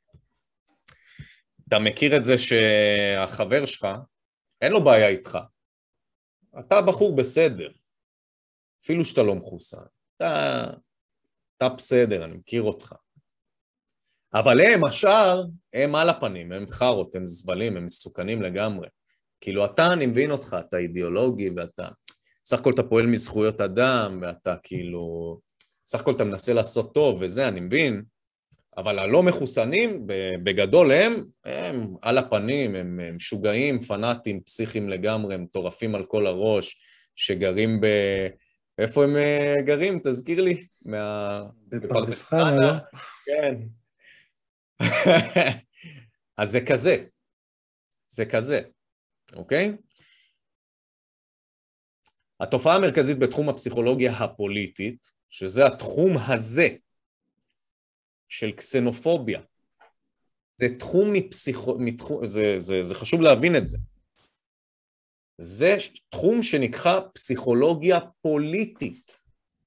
[SPEAKER 2] אתה מכיר את זה שהחבר שלך, אין לו בעיה איתך. אתה בחור בסדר, אפילו שאתה לא מחוסן. אתה בסדר, אני מכיר אותך. אבל הם, השאר, הם על הפנים, הם חרות, הם זבלים, הם מסוכנים לגמרי. כאילו אתה, אני מבין אותך, אתה אידיאולוגי, ואתה, סך הכל אתה פועל מזכויות אדם, ואתה כאילו, סך הכל אתה מנסה לעשות טוב, וזה, אני מבין, אבל הלא מחוסנים, בגדול הם על הפנים, הם משוגעים, פנאטים, פסיכים לגמרי, הם מטורפים על כל הראש, שגרים איפה הם גרים? תזכיר לי.
[SPEAKER 1] בפרדס חנה, לא?
[SPEAKER 2] כן. אז זה כזה. זה כזה, אוקיי? התופעה המרכזית בתחום הפסיכולוגיה הפוליטית, שזה התחום הזה, של קסנופוביה. זה תחום זה חשוב להבין את זה. זה תחום שנקרא פסיכולוגיה פוליטית.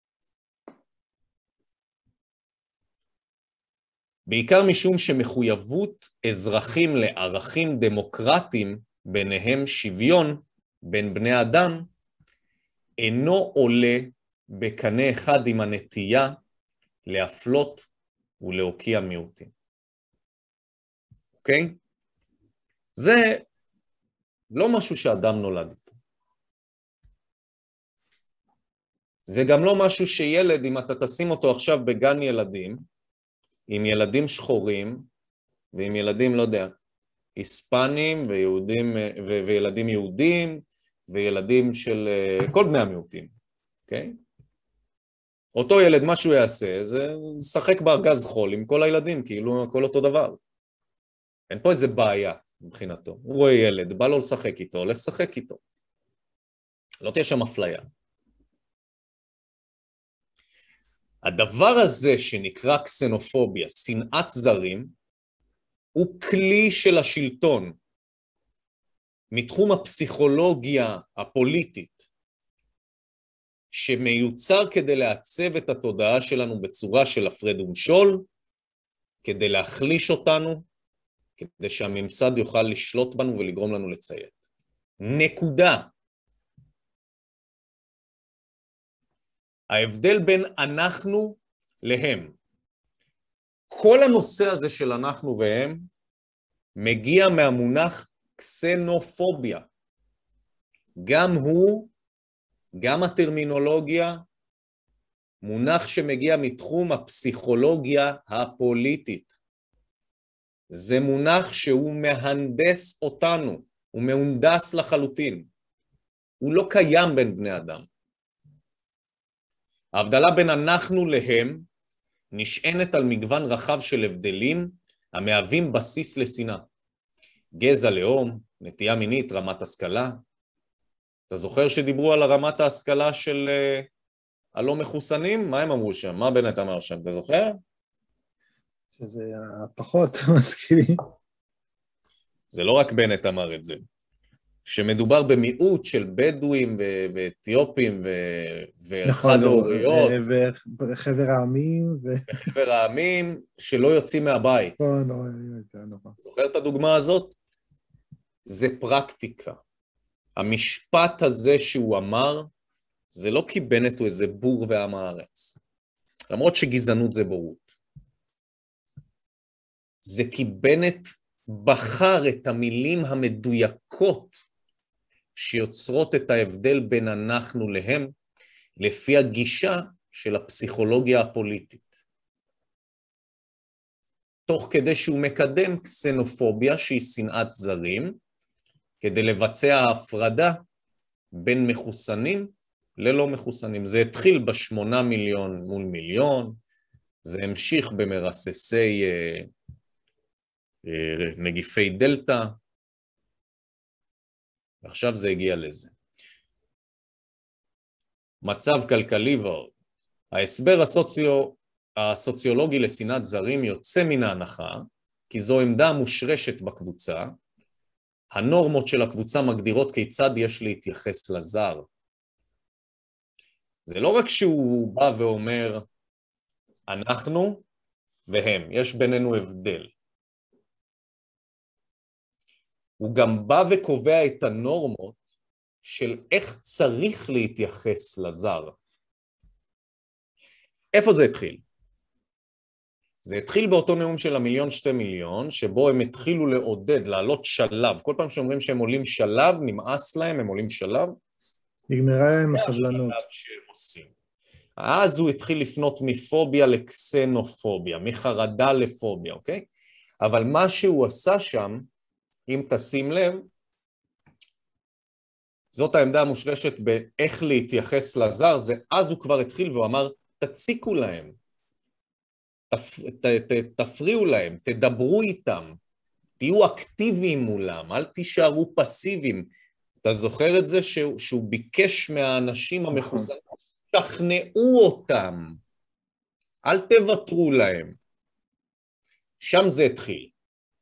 [SPEAKER 2] בעיקר משום שמחויבות אזרחים לערכים דמוקרטיים, ביניהם שוויון בין בני אדם, אינו עולה בקנה אחד עם הנטייה להפלות ולהוקיע מיעוטים. אוקיי? זה לא משהו שאדם נולד איתו. זה גם לא משהו שילד, אם אתה תשים אותו עכשיו בגן ילדים, עם ילדים שחורים, ועם ילדים, לא יודע, היספנים ויהודים, וילדים יהודים, וילדים של כל בני המיעוטים, אוקיי? אותו ילד, מה שהוא יעשה, זה לשחק בארגז חול עם כל הילדים, כאילו הכל אותו דבר. אין פה איזה בעיה מבחינתו. הוא רואה ילד, בא לו לשחק איתו, הולך לשחק איתו. לא תהיה שם אפליה. הדבר הזה שנקרא קסנופוביה, שנאת זרים, הוא כלי של השלטון, מתחום הפסיכולוגיה הפוליטית, שמיוצר כדי לעצב את התודעה שלנו בצורה של הפרד ומשול, כדי להחליש אותנו, כדי שהממסד יוכל לשלוט בנו ולגרום לנו לציית. נקודה. ההבדל בין אנחנו להם. כל הנושא הזה של אנחנו והם מגיע מהמונח קסנופוביה. גם הוא, גם הטרמינולוגיה, מונח שמגיע מתחום הפסיכולוגיה הפוליטית. זה מונח שהוא מהנדס אותנו, הוא מהונדס לחלוטין. הוא לא קיים בין בני אדם. ההבדלה בין אנחנו להם נשענת על מגוון רחב של הבדלים המהווים בסיס לשנאה. גזע, לאום, נטייה מינית, רמת השכלה. אתה זוכר שדיברו על רמת ההשכלה של הלא מחוסנים? מה הם אמרו שם? מה בנט אמר שם? אתה זוכר?
[SPEAKER 1] שזה הפחות משכילים.
[SPEAKER 2] זה לא רק בנט אמר את זה. שמדובר במיעוט של בדואים ואתיופים וחד הוריות.
[SPEAKER 1] וחבר העמים.
[SPEAKER 2] וחבר העמים שלא יוצאים מהבית.
[SPEAKER 1] זה נורא.
[SPEAKER 2] זוכר את הדוגמה הזאת? זה פרקטיקה. המשפט הזה שהוא אמר, זה לא כי בנט הוא איזה בור ועם הארץ. למרות שגזענות זה בורות. זה כי בנט בחר את המילים המדויקות שיוצרות את ההבדל בין אנחנו להם, לפי הגישה של הפסיכולוגיה הפוליטית. תוך כדי שהוא מקדם קסנופוביה שהיא שנאת זרים, כדי לבצע הפרדה בין מחוסנים ללא מחוסנים. זה התחיל ב8 מיליון מול מיליון, זה המשיך במרססי נגיפי דלטה, ועכשיו זה הגיע לזה. מצב כלכלי ועוד. ההסבר הסוציולוגי לשנאת זרים יוצא מן ההנחה, כי זו עמדה מושרשת בקבוצה, הנורמות של הקבוצה מגדירות כיצד יש להתייחס לזר. זה לא רק שהוא בא ואומר, אנחנו והם, יש בינינו הבדל. הוא גם בא וקובע את הנורמות של איך צריך להתייחס לזר. איפה זה התחיל? זה התחיל באותו נאום של 1,2 מיליון, שבו הם התחילו לעודד, לעלות שלב. כל פעם שאומרים שהם עולים שלב, נמאס להם, הם עולים שלב.
[SPEAKER 1] נגמרה להם הסבלנות.
[SPEAKER 2] זה השלב שהם עושים. אז הוא התחיל לפנות מפוביה לקסנופוביה, מחרדה לפוביה, אוקיי? אבל מה שהוא עשה שם, אם תשים לב, זאת העמדה המושרשת באיך להתייחס לזר, זה אז הוא כבר התחיל והוא אמר, תציקו להם, תפריעו להם, תדברו איתם, תהיו אקטיביים מולם, אל תישארו פסיביים. אתה זוכר את זה שהוא ביקש מהאנשים המחוסנים, תכנעו אותם, אל תוותרו להם. שם זה התחיל.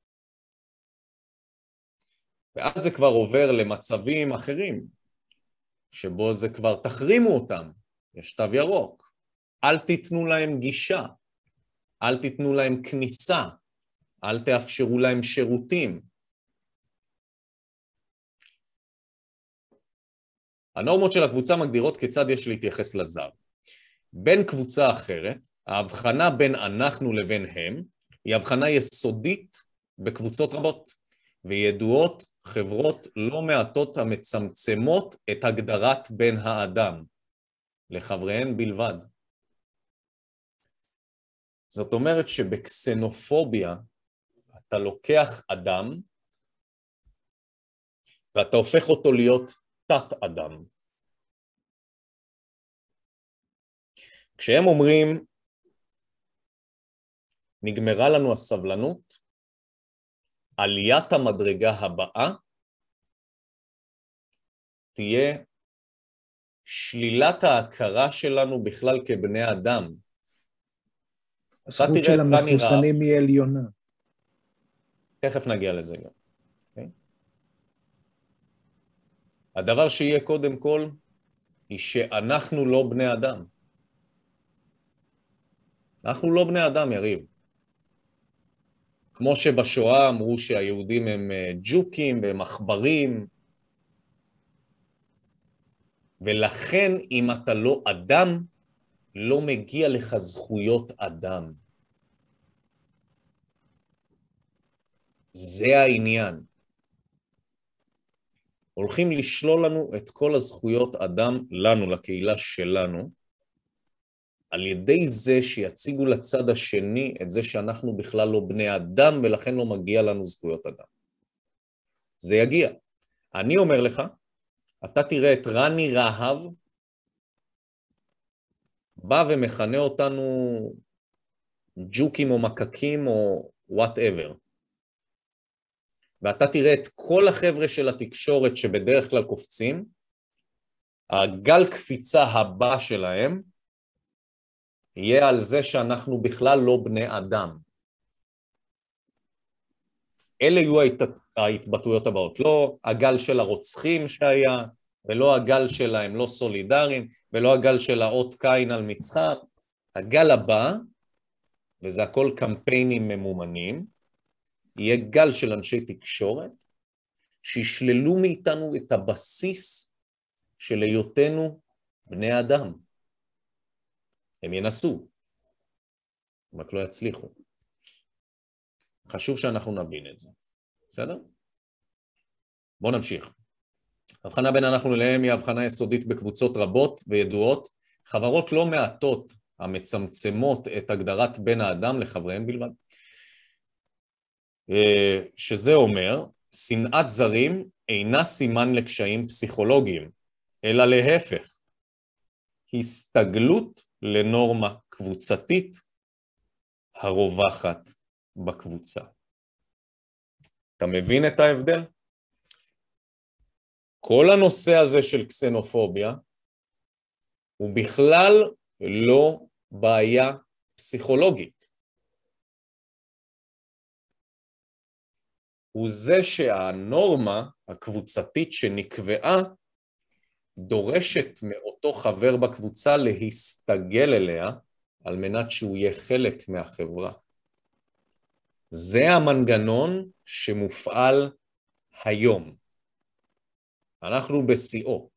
[SPEAKER 2] ואז זה כבר עובר למצבים אחרים, שבו זה כבר תחרימו אותם, יש תו ירוק, אל תיתנו להם גישה, אל תיתנו להם כניסה, אל תאפשרו להם שירותים. הנורמות של הקבוצה מגדירות כיצד יש להתייחס לזר. בין קבוצה אחרת, ההבחנה בין אנחנו לבין הם, היא הבחנה יסודית בקבוצות רבות, וידועות חברות לא מעטות המצמצמות את הגדרת בן האדם, לחבריהן בלבד. זאת אומרת שבקסנופוביה אתה לוקח אדם, ואתה הופך אותו להיות תת אדם. כשהם אומרים, נגמרה לנו הסבלנות, עליית המדרגה הבאה תהיה שלילת ההכרה שלנו בכלל כבני אדם.
[SPEAKER 1] הזכות של המחוסנים היא עליונה.
[SPEAKER 2] תכף נגיע לזה גם. Okay? הדבר שיהיה קודם כל, היא שאנחנו לא בני אדם. אנחנו לא בני אדם, יריב. כמו שבשואה אמרו שהיהודים הם ג'וקים והם עכברים, ולכן אם אתה לא אדם, לא מגיע לך זכויות אדם. זה העניין. הולכים לשלול לנו את כל הזכויות אדם, לנו, לקהילה שלנו, על ידי זה שיציגו לצד השני את זה שאנחנו בכלל לא בני אדם, ולכן לא מגיע לנו זכויות אדם. זה יגיע. אני אומר לך, אתה תראה את רני רהב, בא ומכנה אותנו ג'וקים או מקקים או whatever. ואתה תראה את כל החבר'ה של התקשורת שבדרך כלל קופצים, הגל קפיצה הבא שלהם, יהיה על זה שאנחנו בכלל לא בני אדם. אלה יהיו ההתבטאויות הבאות, לא הגל של הרוצחים שהיה, ולא הגל של הם לא סולידריים, ולא הגל של האות קין על מצחם. הגל הבא, וזה הכל קמפיינים ממומנים, יהיה גל של אנשי תקשורת, שישללו מאיתנו את הבסיס של היותנו בני אדם. הם ינסו, רק לא יצליחו. חשוב שאנחנו נבין את זה. בסדר? בואו נמשיך. ההבחנה בין אנחנו אליהם היא הבחנה יסודית בקבוצות רבות וידועות, חברות לא מעטות המצמצמות את הגדרת בן האדם לחבריהן בלבד. שזה אומר, שנאת זרים אינה סימן לקשיים פסיכולוגיים, אלא להפך, הסתגלות לנורמה קבוצתית הרווחת בקבוצה. אתה מבין את ההבדל? כל הנושא הזה של קסנופוביה הוא בכלל לא בעיה פסיכולוגית. הוא זה שהנורמה הקבוצתית שנקבעה דורשת מאותו חבר בקבוצה להסתגל אליה על מנת שהוא יהיה חלק מהחברה. זה המנגנון שמופעל היום. אנחנו בשיאו.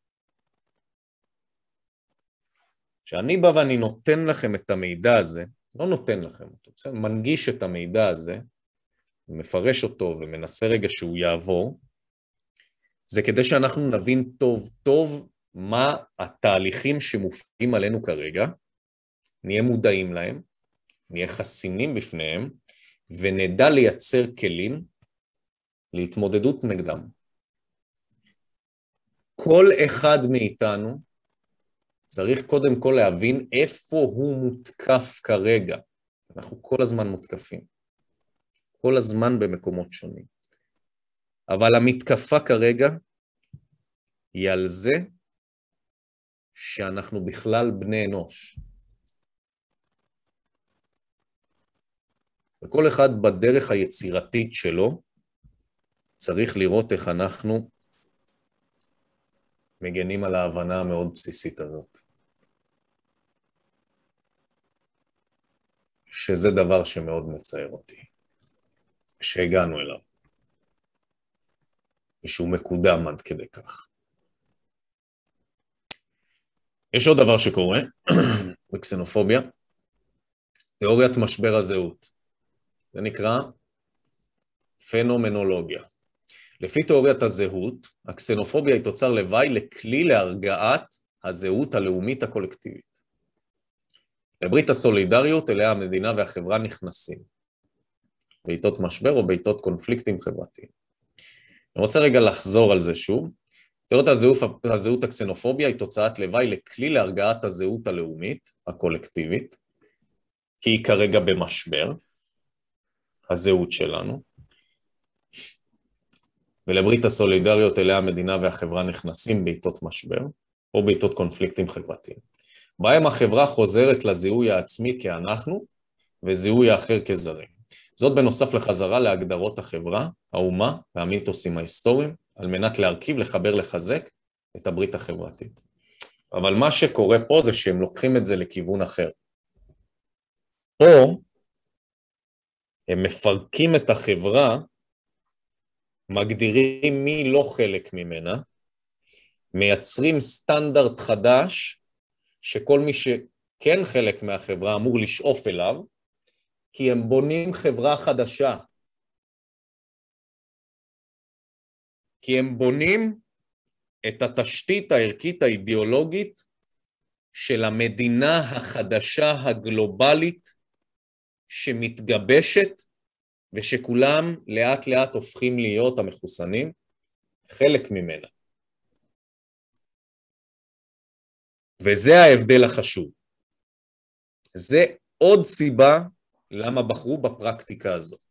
[SPEAKER 2] כשאני בא ואני נותן לכם את המידע הזה, לא נותן לכם אותו, בסדר? מנגיש את המידע הזה, מפרש אותו ומנסה רגע שהוא יעבור, זה כדי שאנחנו נבין טוב טוב מה התהליכים שמופעים עלינו כרגע, נהיה מודעים להם, נהיה חסינים בפניהם, ונדע לייצר כלים להתמודדות נגדם. כל אחד מאיתנו צריך קודם כל להבין איפה הוא מותקף כרגע. אנחנו כל הזמן מותקפים. כל הזמן במקומות שונים. אבל המתקפה כרגע היא על זה שאנחנו בכלל בני אנוש. וכל אחד בדרך היצירתית שלו צריך לראות איך אנחנו מגנים על ההבנה המאוד בסיסית הזאת. שזה דבר שמאוד מצער אותי. שהגענו אליו. ושהוא מקודם עד כדי כך. יש עוד דבר שקורה בקסנופוביה, תיאוריית משבר הזהות. זה נקרא פנומנולוגיה. לפי תיאוריית הזהות, הקסנופוביה היא תוצר לוואי לכלי להרגעת הזהות הלאומית הקולקטיבית. לברית הסולידריות אליה המדינה והחברה נכנסים. בעיתות משבר או בעיתות קונפליקטים חברתיים. אני רוצה רגע לחזור על זה שוב. תיאוריית הזהות הקסנופוביה היא תוצאת לוואי לכלי להרגעת הזהות הלאומית הקולקטיבית, כי היא כרגע במשבר, הזהות שלנו, ולברית הסולידריות אליה המדינה והחברה נכנסים בעיתות משבר, או בעיתות קונפליקטים חברתיים. בהם החברה חוזרת לזיהוי העצמי כאנחנו, וזיהוי האחר כזרים. זאת בנוסף לחזרה להגדרות החברה, האומה והמיתוסים ההיסטוריים, על מנת להרכיב, לחבר, לחזק את הברית החברתית. אבל מה שקורה פה זה שהם לוקחים את זה לכיוון אחר. פה הם מפרקים את החברה, מגדירים מי לא חלק ממנה, מייצרים סטנדרט חדש, שכל מי שכן חלק מהחברה אמור לשאוף אליו, כי הם בונים חברה חדשה. כי הם בונים את התשתית הערכית האידיאולוגית של המדינה החדשה הגלובלית שמתגבשת ושכולם לאט לאט הופכים להיות המחוסנים חלק ממנה. וזה ההבדל החשוב. זה עוד סיבה למה בחרו בפרקטיקה הזאת.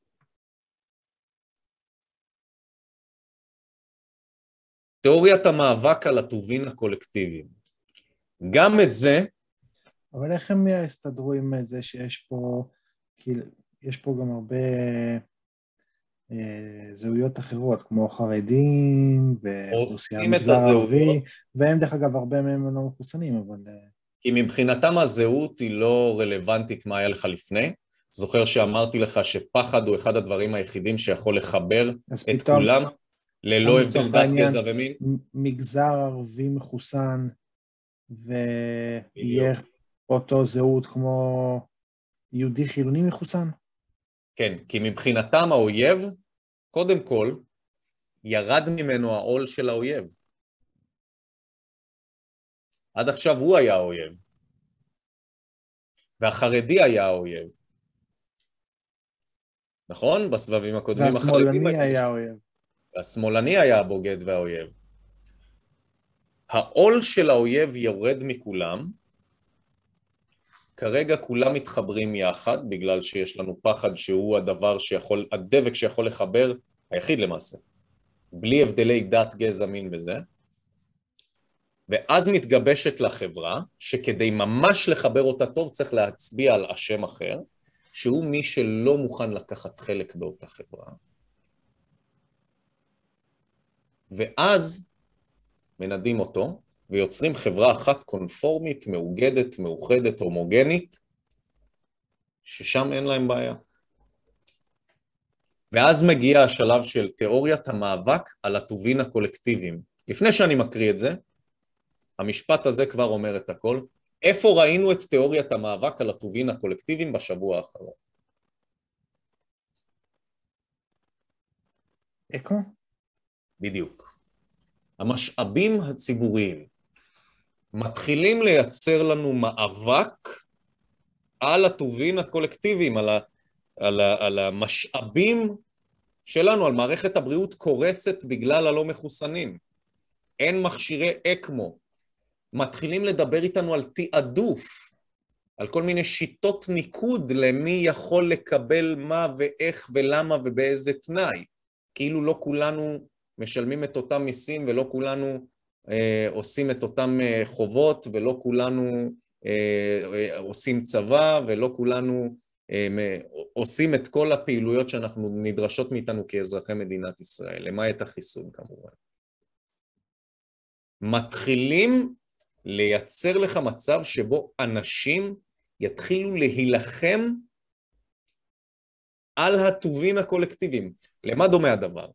[SPEAKER 2] תיאוריית המאבק על הטובין הקולקטיביים. גם את זה...
[SPEAKER 1] אבל איך הם יסתדרו עם זה שיש פה, כאילו, יש פה גם הרבה זהויות אחרות, כמו חרדים ואוכלוסייה
[SPEAKER 2] הורסים את
[SPEAKER 1] במגזר הערבי,
[SPEAKER 2] הזהויות,
[SPEAKER 1] והם דרך אגב הרבה מהם לא מחוסנים, אבל...
[SPEAKER 2] כי מבחינתם הזהות היא לא רלוונטית מה היה לך לפני. זוכר שאמרתי לך שפחד הוא אחד הדברים היחידים שיכול לחבר
[SPEAKER 1] אז
[SPEAKER 2] את
[SPEAKER 1] פתאום,
[SPEAKER 2] כולם,
[SPEAKER 1] סתם
[SPEAKER 2] ללא הבדל
[SPEAKER 1] לצורך
[SPEAKER 2] דת,
[SPEAKER 1] העניין,
[SPEAKER 2] גזע ומין?
[SPEAKER 1] מגזר ערבי מחוסן, ויהיה
[SPEAKER 2] בדיוק.
[SPEAKER 1] אותו זהות כמו יהודי חילוני מחוסן?
[SPEAKER 2] כן, כי מבחינתם האויב, קודם כל, ירד ממנו העול של האויב. עד עכשיו הוא היה האויב, והחרדי היה האויב. נכון? בסבבים הקודמים החרדים
[SPEAKER 1] והשמאלני
[SPEAKER 2] היו
[SPEAKER 1] היה
[SPEAKER 2] שם.
[SPEAKER 1] אויב.
[SPEAKER 2] השמאלני היה הבוגד והאויב. העול של האויב יורד מכולם, כרגע כולם מתחברים יחד, בגלל שיש לנו פחד שהוא הדבר שיכול, הדבק שיכול לחבר, היחיד למעשה, בלי הבדלי דת, גזע, מין וזה, ואז מתגבשת לחברה, שכדי ממש לחבר אותה טוב צריך להצביע על אשם אחר, שהוא מי שלא מוכן לקחת חלק באותה חברה. ואז מנדים אותו, ויוצרים חברה אחת קונפורמית, מאוגדת, מאוחדת, הומוגנית, ששם אין להם בעיה. ואז מגיע השלב של תיאוריית המאבק על הטובין הקולקטיביים. לפני שאני מקריא את זה, המשפט הזה כבר אומר את הכל. איפה ראינו את תיאוריית המאבק על הטובין הקולקטיביים בשבוע האחרון?
[SPEAKER 1] אקו?
[SPEAKER 2] בדיוק. המשאבים הציבוריים מתחילים לייצר לנו מאבק על הטובין הקולקטיביים, על המשאבים שלנו, על מערכת הבריאות קורסת בגלל הלא מחוסנים. אין מכשירי אקמו. מתחילים לדבר איתנו על תיעדוף, על כל מיני שיטות ניקוד למי יכול לקבל מה ואיך ולמה ובאיזה תנאי. כאילו לא כולנו משלמים את אותם מיסים ולא כולנו עושים את אותם חובות ולא כולנו עושים צבא ולא כולנו עושים את כל הפעילויות שאנחנו נדרשות מאיתנו כאזרחי מדינת ישראל, למעט החיסון כמובן. מתחילים לייצר לך מצב שבו אנשים יתחילו להילחם על הטובין הקולקטיביים. למה דומה הדבר?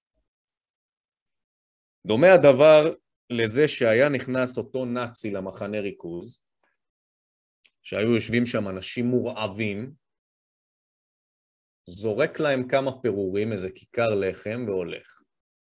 [SPEAKER 2] דומה הדבר לזה שהיה נכנס אותו נאצי למחנה ריכוז, שהיו יושבים שם אנשים מורעבים, זורק להם כמה פירורים, איזה כיכר לחם והולך.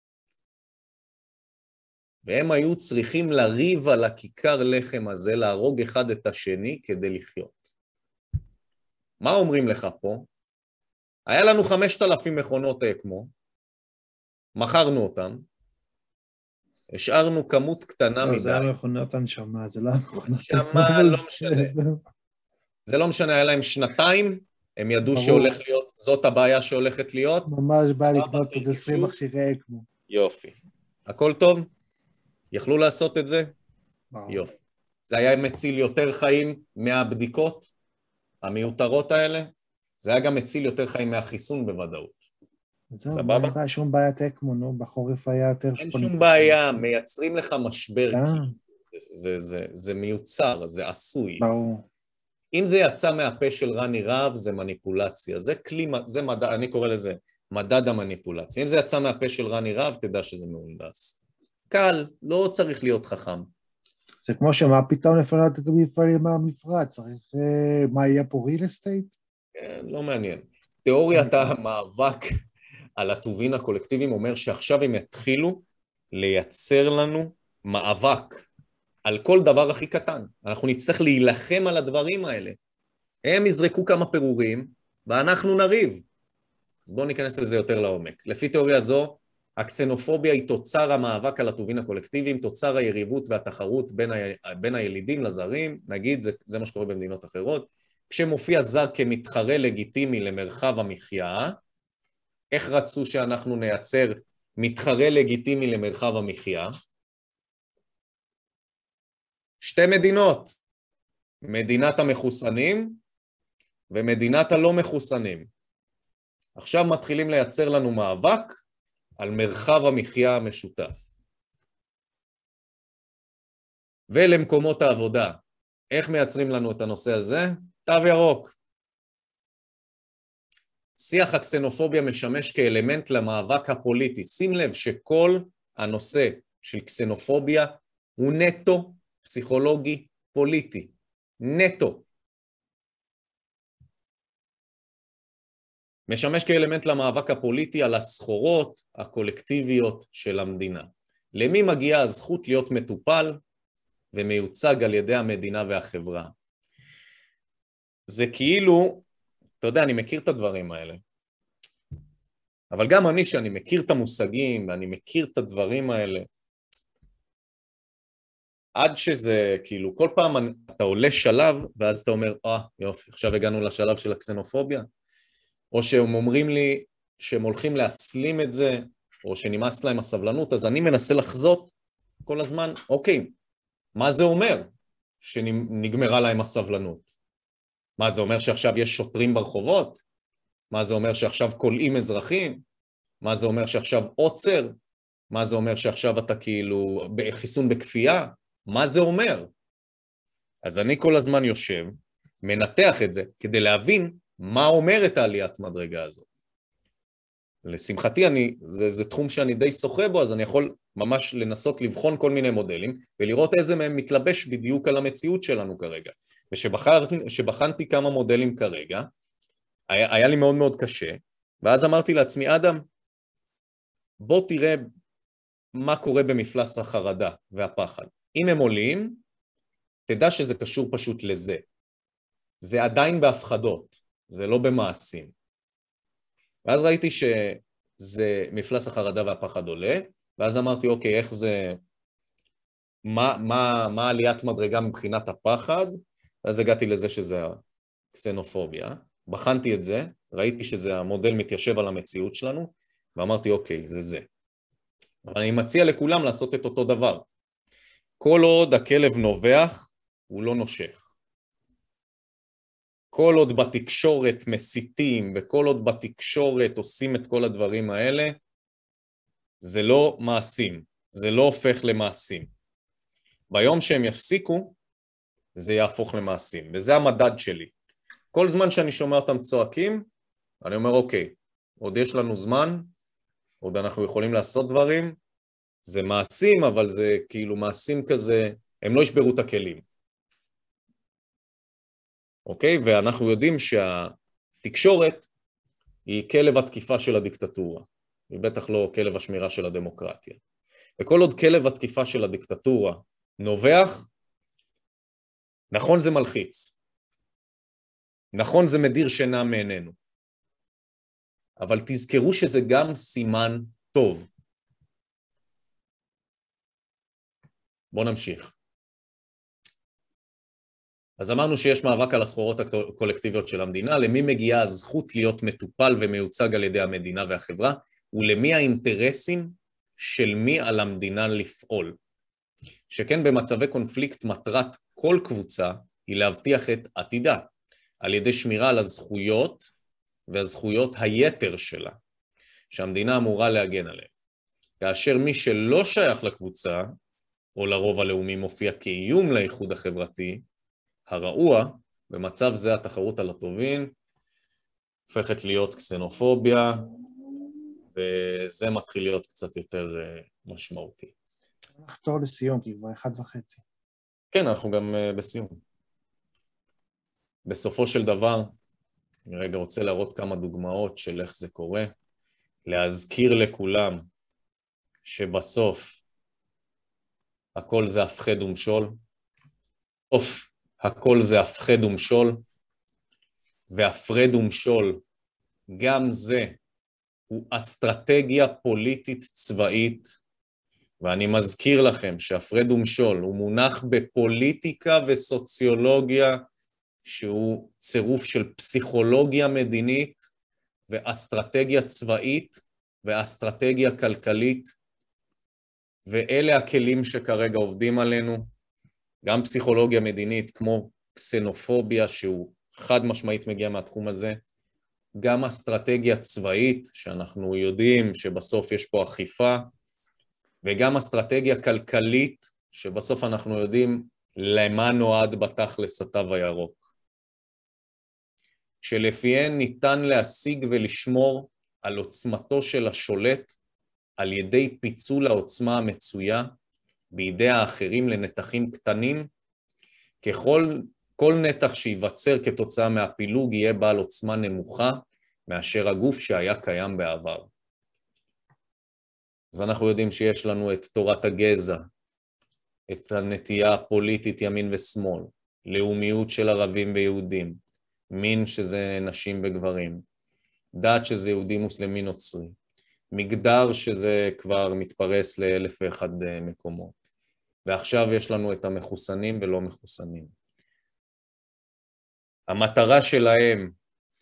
[SPEAKER 2] והם היו צריכים לריב על הכיכר לחם הזה, להרוג אחד את השני כדי לחיות. מה אומרים לך פה? היה לנו 5,000 מכונות אקמו, מכרנו אותם, השארנו כמות קטנה מדי.
[SPEAKER 1] לא, זה היה מכונות הנשמה, זה לא מכונות
[SPEAKER 2] הנשמה, לא משנה. זה לא משנה, היה להם שנתיים, הם ידעו שהולך להיות, זאת הבעיה שהולכת להיות.
[SPEAKER 1] ממש בא לקנות עוד 20 מכשירי אקמו.
[SPEAKER 2] יופי. הכל טוב? יכלו לעשות את זה? יופי. זה היה מציל יותר חיים מהבדיקות המיותרות האלה, זה היה גם מציל יותר חיים מהחיסון בוודאות. סבבה?
[SPEAKER 1] אין שום בעיית אקמו, נו, בחורף היה יותר...
[SPEAKER 2] אין שום בעיה, מייצרים לך משבר, זה מיוצר, זה עשוי.
[SPEAKER 1] ברור.
[SPEAKER 2] אם זה יצא מהפה של רני רהב, זה מניפולציה, זה מדע, אני קורא לזה מדד המניפולציה. אם זה יצא מהפה של רני רהב, תדע שזה מהונדס. קל, לא צריך להיות חכם.
[SPEAKER 1] זה כמו שמה פתאום לפנות את המפעלים מהמפרץ, צריך, מה יהיה פה real estate?
[SPEAKER 2] כן, לא מעניין. תיאוריית המאבק על הטובין הקולקטיביים אומר שעכשיו הם יתחילו לייצר לנו מאבק על כל דבר הכי קטן. אנחנו נצטרך להילחם על הדברים האלה. הם יזרקו כמה פירורים, ואנחנו נריב. אז בואו ניכנס לזה יותר לעומק. לפי תיאוריה זו, הקסנופוביה היא תוצר המאבק על הטובין הקולקטיביים, תוצר היריבות והתחרות בין הילידים לזרים, נגיד, זה מה שקורה במדינות אחרות, כשמופיע זר כמתחרה לגיטימי למרחב המחיה, איך רצו שאנחנו נייצר מתחרה לגיטימי למרחב המחיה? שתי מדינות, מדינת המחוסנים ומדינת הלא מחוסנים. עכשיו מתחילים לייצר לנו מאבק על מרחב המחיה המשותף. ולמקומות העבודה, איך מייצרים לנו את הנושא הזה? תו ירוק. שיח הקסנופוביה משמש כאלמנט למאבק הפוליטי. שים לב שכל הנושא של קסנופוביה הוא נטו פסיכולוגי פוליטי. נטו. משמש כאלמנט למאבק הפוליטי על הסחורות הקולקטיביות של המדינה. למי מגיעה הזכות להיות מטופל ומיוצג על ידי המדינה והחברה? זה כאילו, אתה יודע, אני מכיר את הדברים האלה, אבל גם אני שאני מכיר את המושגים ואני מכיר את הדברים האלה, עד שזה כאילו כל פעם אתה עולה שלב ואז אתה אומר, יופי, עכשיו הגענו לשלב של הקסנופוביה, או שהם אומרים לי שהם הולכים להסלים את זה, או שנמאס להם הסבלנות, אז אני מנסה לחזות כל הזמן, אוקיי, מה זה אומר שנגמרה להם הסבלנות? מה זה אומר שעכשיו יש שוטרים ברחובות? מה זה אומר שעכשיו קולעים אזרחים? מה זה אומר שעכשיו עוצר? מה זה אומר שעכשיו אתה כאילו בחיסון בכפייה? מה זה אומר? אז אני כל הזמן יושב, מנתח את זה, כדי להבין מה אומרת העליית מדרגה הזאת. לשמחתי, זה תחום שאני די שוחה בו, אז אני יכול ממש לנסות לבחון כל מיני מודלים, ולראות איזה מהם מתלבש בדיוק על המציאות שלנו כרגע. ושבחנתי כמה מודלים כרגע, היה לי מאוד מאוד קשה, ואז אמרתי לעצמי, אדם, בוא תראה מה קורה במפלס החרדה והפחד. אם הם עולים, תדע שזה קשור פשוט לזה. זה עדיין בהפחדות, זה לא במעשים. ואז ראיתי שזה מפלס החרדה והפחד עולה, ואז אמרתי, אוקיי, איך זה, מה עליית מדרגה מבחינת הפחד? ואז הגעתי לזה שזה הקסנופוביה, בחנתי את זה, ראיתי שזה המודל מתיישב על המציאות שלנו, ואמרתי, אוקיי, זה. אבל אני מציע לכולם לעשות את אותו דבר. כל עוד הכלב נובח, הוא לא נושך. כל עוד בתקשורת מסיתים, וכל עוד בתקשורת עושים את כל הדברים האלה, זה לא מעשים, זה לא הופך למעשים. ביום שהם יפסיקו, זה יהפוך למעשים, וזה המדד שלי. כל זמן שאני שומע אותם צועקים, אני אומר, אוקיי, עוד יש לנו זמן, עוד אנחנו יכולים לעשות דברים, זה מעשים, אבל זה כאילו מעשים כזה, הם לא ישברו את הכלים. אוקיי? ואנחנו יודעים שהתקשורת היא כלב התקיפה של הדיקטטורה, היא בטח לא כלב השמירה של הדמוקרטיה. וכל עוד כלב התקיפה של הדיקטטורה נובח, נכון זה מלחיץ, נכון זה מדיר שינה מעינינו, אבל תזכרו שזה גם סימן טוב. בואו נמשיך. אז אמרנו שיש מאבק על הסחורות הקולקטיביות של המדינה, למי מגיעה הזכות להיות מטופל ומיוצג על ידי המדינה והחברה, ולמי האינטרסים של מי על המדינה לפעול. שכן במצבי קונפליקט מטרת כל קבוצה היא להבטיח את עתידה, על ידי שמירה על הזכויות והזכויות היתר שלה, שהמדינה אמורה להגן עליהן. כאשר מי שלא שייך לקבוצה, או לרוב הלאומי מופיע כאיום לאיחוד החברתי, הרעוע, במצב זה התחרות על הטובין, הופכת להיות קסנופוביה, וזה מתחיל להיות קצת יותר משמעותי.
[SPEAKER 1] נחתור לסיום, כי כבר 1:30.
[SPEAKER 2] כן, אנחנו גם בסיום. בסופו של דבר, אני רגע רוצה להראות כמה דוגמאות של איך זה קורה, להזכיר לכולם שבסוף הכל זה הפחד ומשול, הכל זה הפחד ומשול, והפרד ומשול, גם זה הוא אסטרטגיה פוליטית צבאית, ואני מזכיר לכם שהפרד ומשול הוא מונח בפוליטיקה וסוציולוגיה, שהוא צירוף של פסיכולוגיה מדינית, ואסטרטגיה צבאית, ואסטרטגיה כלכלית, ואלה הכלים שכרגע עובדים עלינו, גם פסיכולוגיה מדינית כמו קסנופוביה, שהוא חד משמעית מגיע מהתחום הזה, גם אסטרטגיה צבאית, שאנחנו יודעים שבסוף יש פה אכיפה, וגם אסטרטגיה כלכלית, שבסוף אנחנו יודעים למה נועד בתכלס התו הירוק. שלפיהן ניתן להשיג ולשמור על עוצמתו של השולט, על ידי פיצול העוצמה המצויה בידי האחרים לנתחים קטנים, כל נתח שיווצר כתוצאה מהפילוג יהיה בעל עוצמה נמוכה מאשר הגוף שהיה קיים בעבר. אז אנחנו יודעים שיש לנו את תורת הגזע, את הנטייה הפוליטית ימין ושמאל, לאומיות של ערבים ויהודים, מין שזה נשים וגברים, דת שזה יהודי מוסלמי נוצרי, מגדר שזה כבר מתפרס לאלף ואחד מקומות. ועכשיו יש לנו את המחוסנים ולא מחוסנים. המטרה שלהם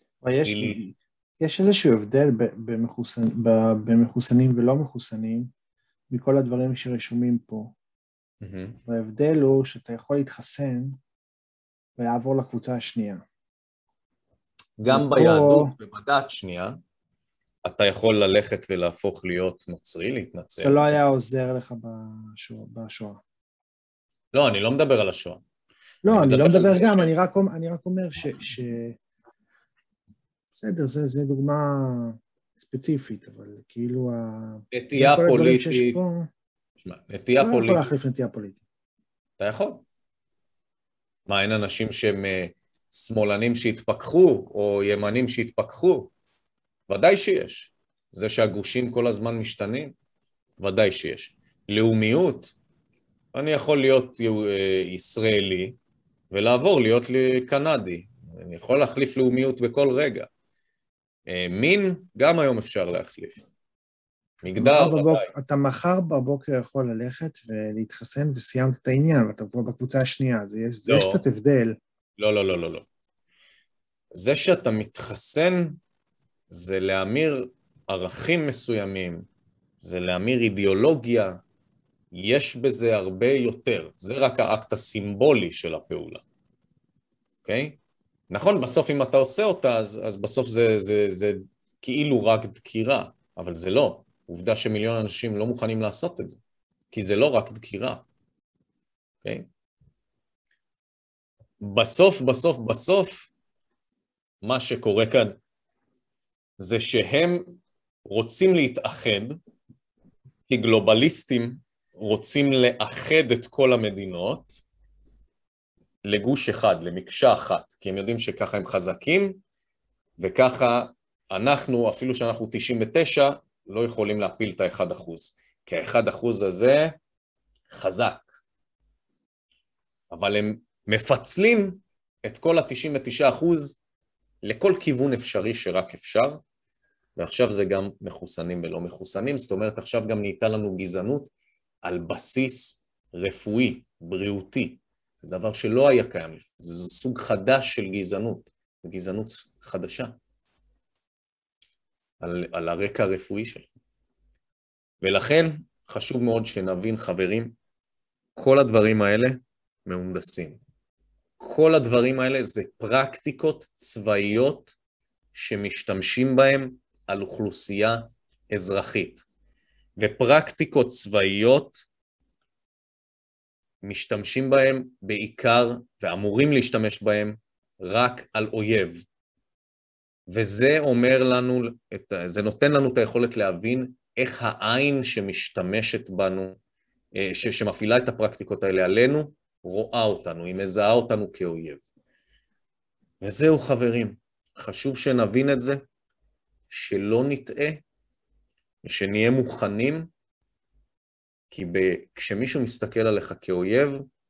[SPEAKER 1] יש איזשהו הבדל במחוסנים ולא מחוסנים, מכל הדברים שרשומים פה. וההבדל הוא שאתה יכול להתחסן ולעבור לקבוצה השנייה.
[SPEAKER 2] גם ביהדות ובדת שנייה, אתה יכול ללכת ולהפוך להיות נוצרי, להתנצל.
[SPEAKER 1] זה לא היה עוזר לך בשואה.
[SPEAKER 2] לא, אני לא מדבר על השואה.
[SPEAKER 1] לא, אני לא מדבר גם, אני רק אומר בסדר, זה דוגמה ספציפית, אבל כאילו
[SPEAKER 2] נטייה פוליטית.
[SPEAKER 1] נטייה פוליטית. אתה לא יכול להחליף נטייה פוליטית.
[SPEAKER 2] אתה יכול. מה, אין אנשים שהם שמאלנים שהתפכחו, או ימנים שהתפכחו? ודאי שיש. זה שהגושים כל הזמן משתנים? ודאי שיש. לאומיות, אני יכול להיות ישראלי, ולעבור להיות קנדי. אני יכול להחליף לאומיות בכל רגע. מין, גם היום אפשר להחליף. מגדר, ודאי.
[SPEAKER 1] אתה מחר בבוקר יכול ללכת ולהתחסן וסיימת את העניין, ואתה תבוא בקבוצה השנייה, אז יש קצת הבדל.
[SPEAKER 2] לא, לא, לא, לא, לא. זה שאתה מתחסן, זה להמיר ערכים מסוימים, זה להמיר אידיאולוגיה, יש בזה הרבה יותר. זה רק האקט הסימבולי של הפעולה. אוקיי? נכון, בסוף אם אתה עושה אותה, אז בסוף זה כאילו רק דקירה, אבל זה לא. עובדה שמיליון אנשים לא מוכנים לעשות את זה, כי זה לא רק דקירה. אוקיי? בסוף, מה שקורה כאן, זה שהם רוצים להתאחד, כי גלובליסטים רוצים לאחד את כל המדינות, לגוש אחד, למקשה אחת, כי הם יודעים שככה הם חזקים, וככה אנחנו, אפילו שאנחנו 99, לא יכולים להפיל את ה-1%, כי ה-1% הזה חזק. אבל הם מפצלים את כל ה-99% לכל כיוון אפשרי שרק אפשר, ועכשיו זה גם מחוסנים ולא מחוסנים, זאת אומרת עכשיו גם נהייתה לנו גזענות על בסיס רפואי, בריאותי, זה דבר שלא היה קיים לפני, זה סוג חדש של גזענות, זה גזענות חדשה, על הרקע הרפואי שלך. ולכן חשוב מאוד שנבין, חברים, כל הדברים האלה מהונדסים. כל הדברים האלה זה פרקטיקות צבאיות שמשתמשים בהם על אוכלוסייה אזרחית. ופרקטיקות צבאיות משתמשים בהם בעיקר, ואמורים להשתמש בהם, רק על אויב. וזה אומר לנו, זה נותן לנו את היכולת להבין איך העין שמשתמשת בנו, שמפעילה את הפרקטיקות האלה עלינו, רואה אותנו, היא מזהה אותנו כאויב. וזהו חברים, חשוב שנבין את זה, שלא נטעה, ושנהיה מוכנים, כי כשמישהו מסתכל עליך כאויב,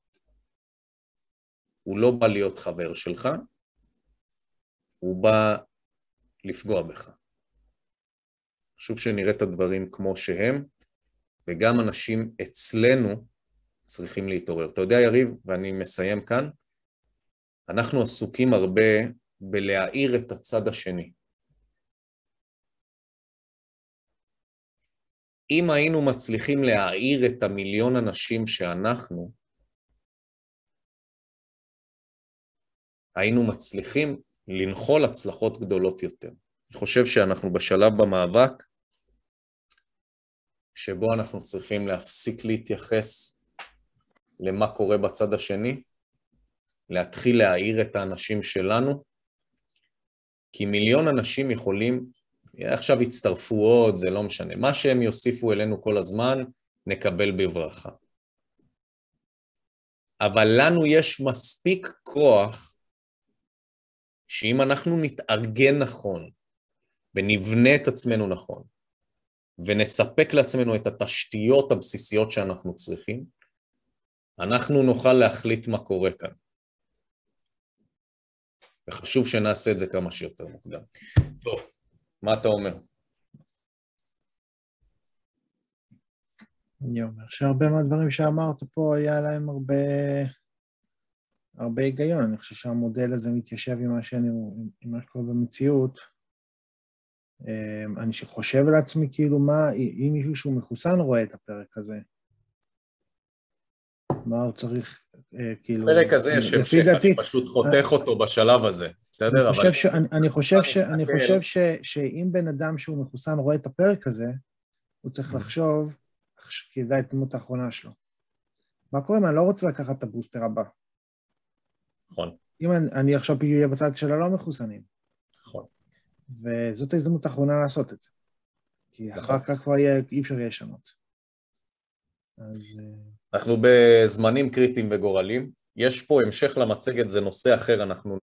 [SPEAKER 2] הוא לא בא להיות חבר שלך, הוא בא לפגוע בך. חשוב שנראה את הדברים כמו שהם, וגם אנשים אצלנו צריכים להתעורר. אתה יודע יריב, ואני מסיים כאן, אנחנו עסוקים הרבה בלהאיר את הצד השני. אם היינו מצליחים להאיר את המיליון אנשים שאנחנו, היינו מצליחים לנחול הצלחות גדולות יותר. אני חושב שאנחנו בשלב במאבק, שבו אנחנו צריכים להפסיק להתייחס למה קורה בצד השני, להתחיל להעיר את האנשים שלנו, כי מיליון אנשים יכולים, עכשיו יצטרפו עוד, זה לא משנה, מה שהם יוסיפו אלינו כל הזמן, נקבל בברכה. אבל לנו יש מספיק כוח, שאם אנחנו נתארגן נכון, ונבנה את עצמנו נכון, ונספק לעצמנו את התשתיות הבסיסיות שאנחנו צריכים, אנחנו נוכל להחליט מה קורה כאן. וחשוב שנעשה את זה כמה שיותר מוקדם. טוב, מה אתה אומר?
[SPEAKER 1] אני אומר שהרבה מהדברים שאמרת פה היה להם הרבה היגיון. אני חושב שהמודל הזה מתיישב עם מה שקורה במציאות. אני חושב לעצמי כאילו אם מישהו שהוא מחוסן רואה את הפרק הזה, מה הוא צריך כאילו...
[SPEAKER 2] הפרק הזה יש המשך, אני פשוט חותך אותו בשלב הזה, בסדר?
[SPEAKER 1] אני חושב שאם בן אדם שהוא מחוסן רואה את הפרק הזה, הוא צריך לחשוב, כי זו ההתאמות האחרונה שלו. מה קורה אם אני לא רוצה לקחת את הבוסטר הבא?
[SPEAKER 2] נכון.
[SPEAKER 1] אם אני עכשיו אהיה בצד של הלא מחוסנים.
[SPEAKER 2] נכון.
[SPEAKER 1] וזאת ההזדמנות האחרונה לעשות את זה. כי אחר כך כבר אי אפשר יהיה שונות.
[SPEAKER 2] אנחנו בזמנים קריטיים וגורלים. יש פה המשך למצגת, זה נושא אחר, אנחנו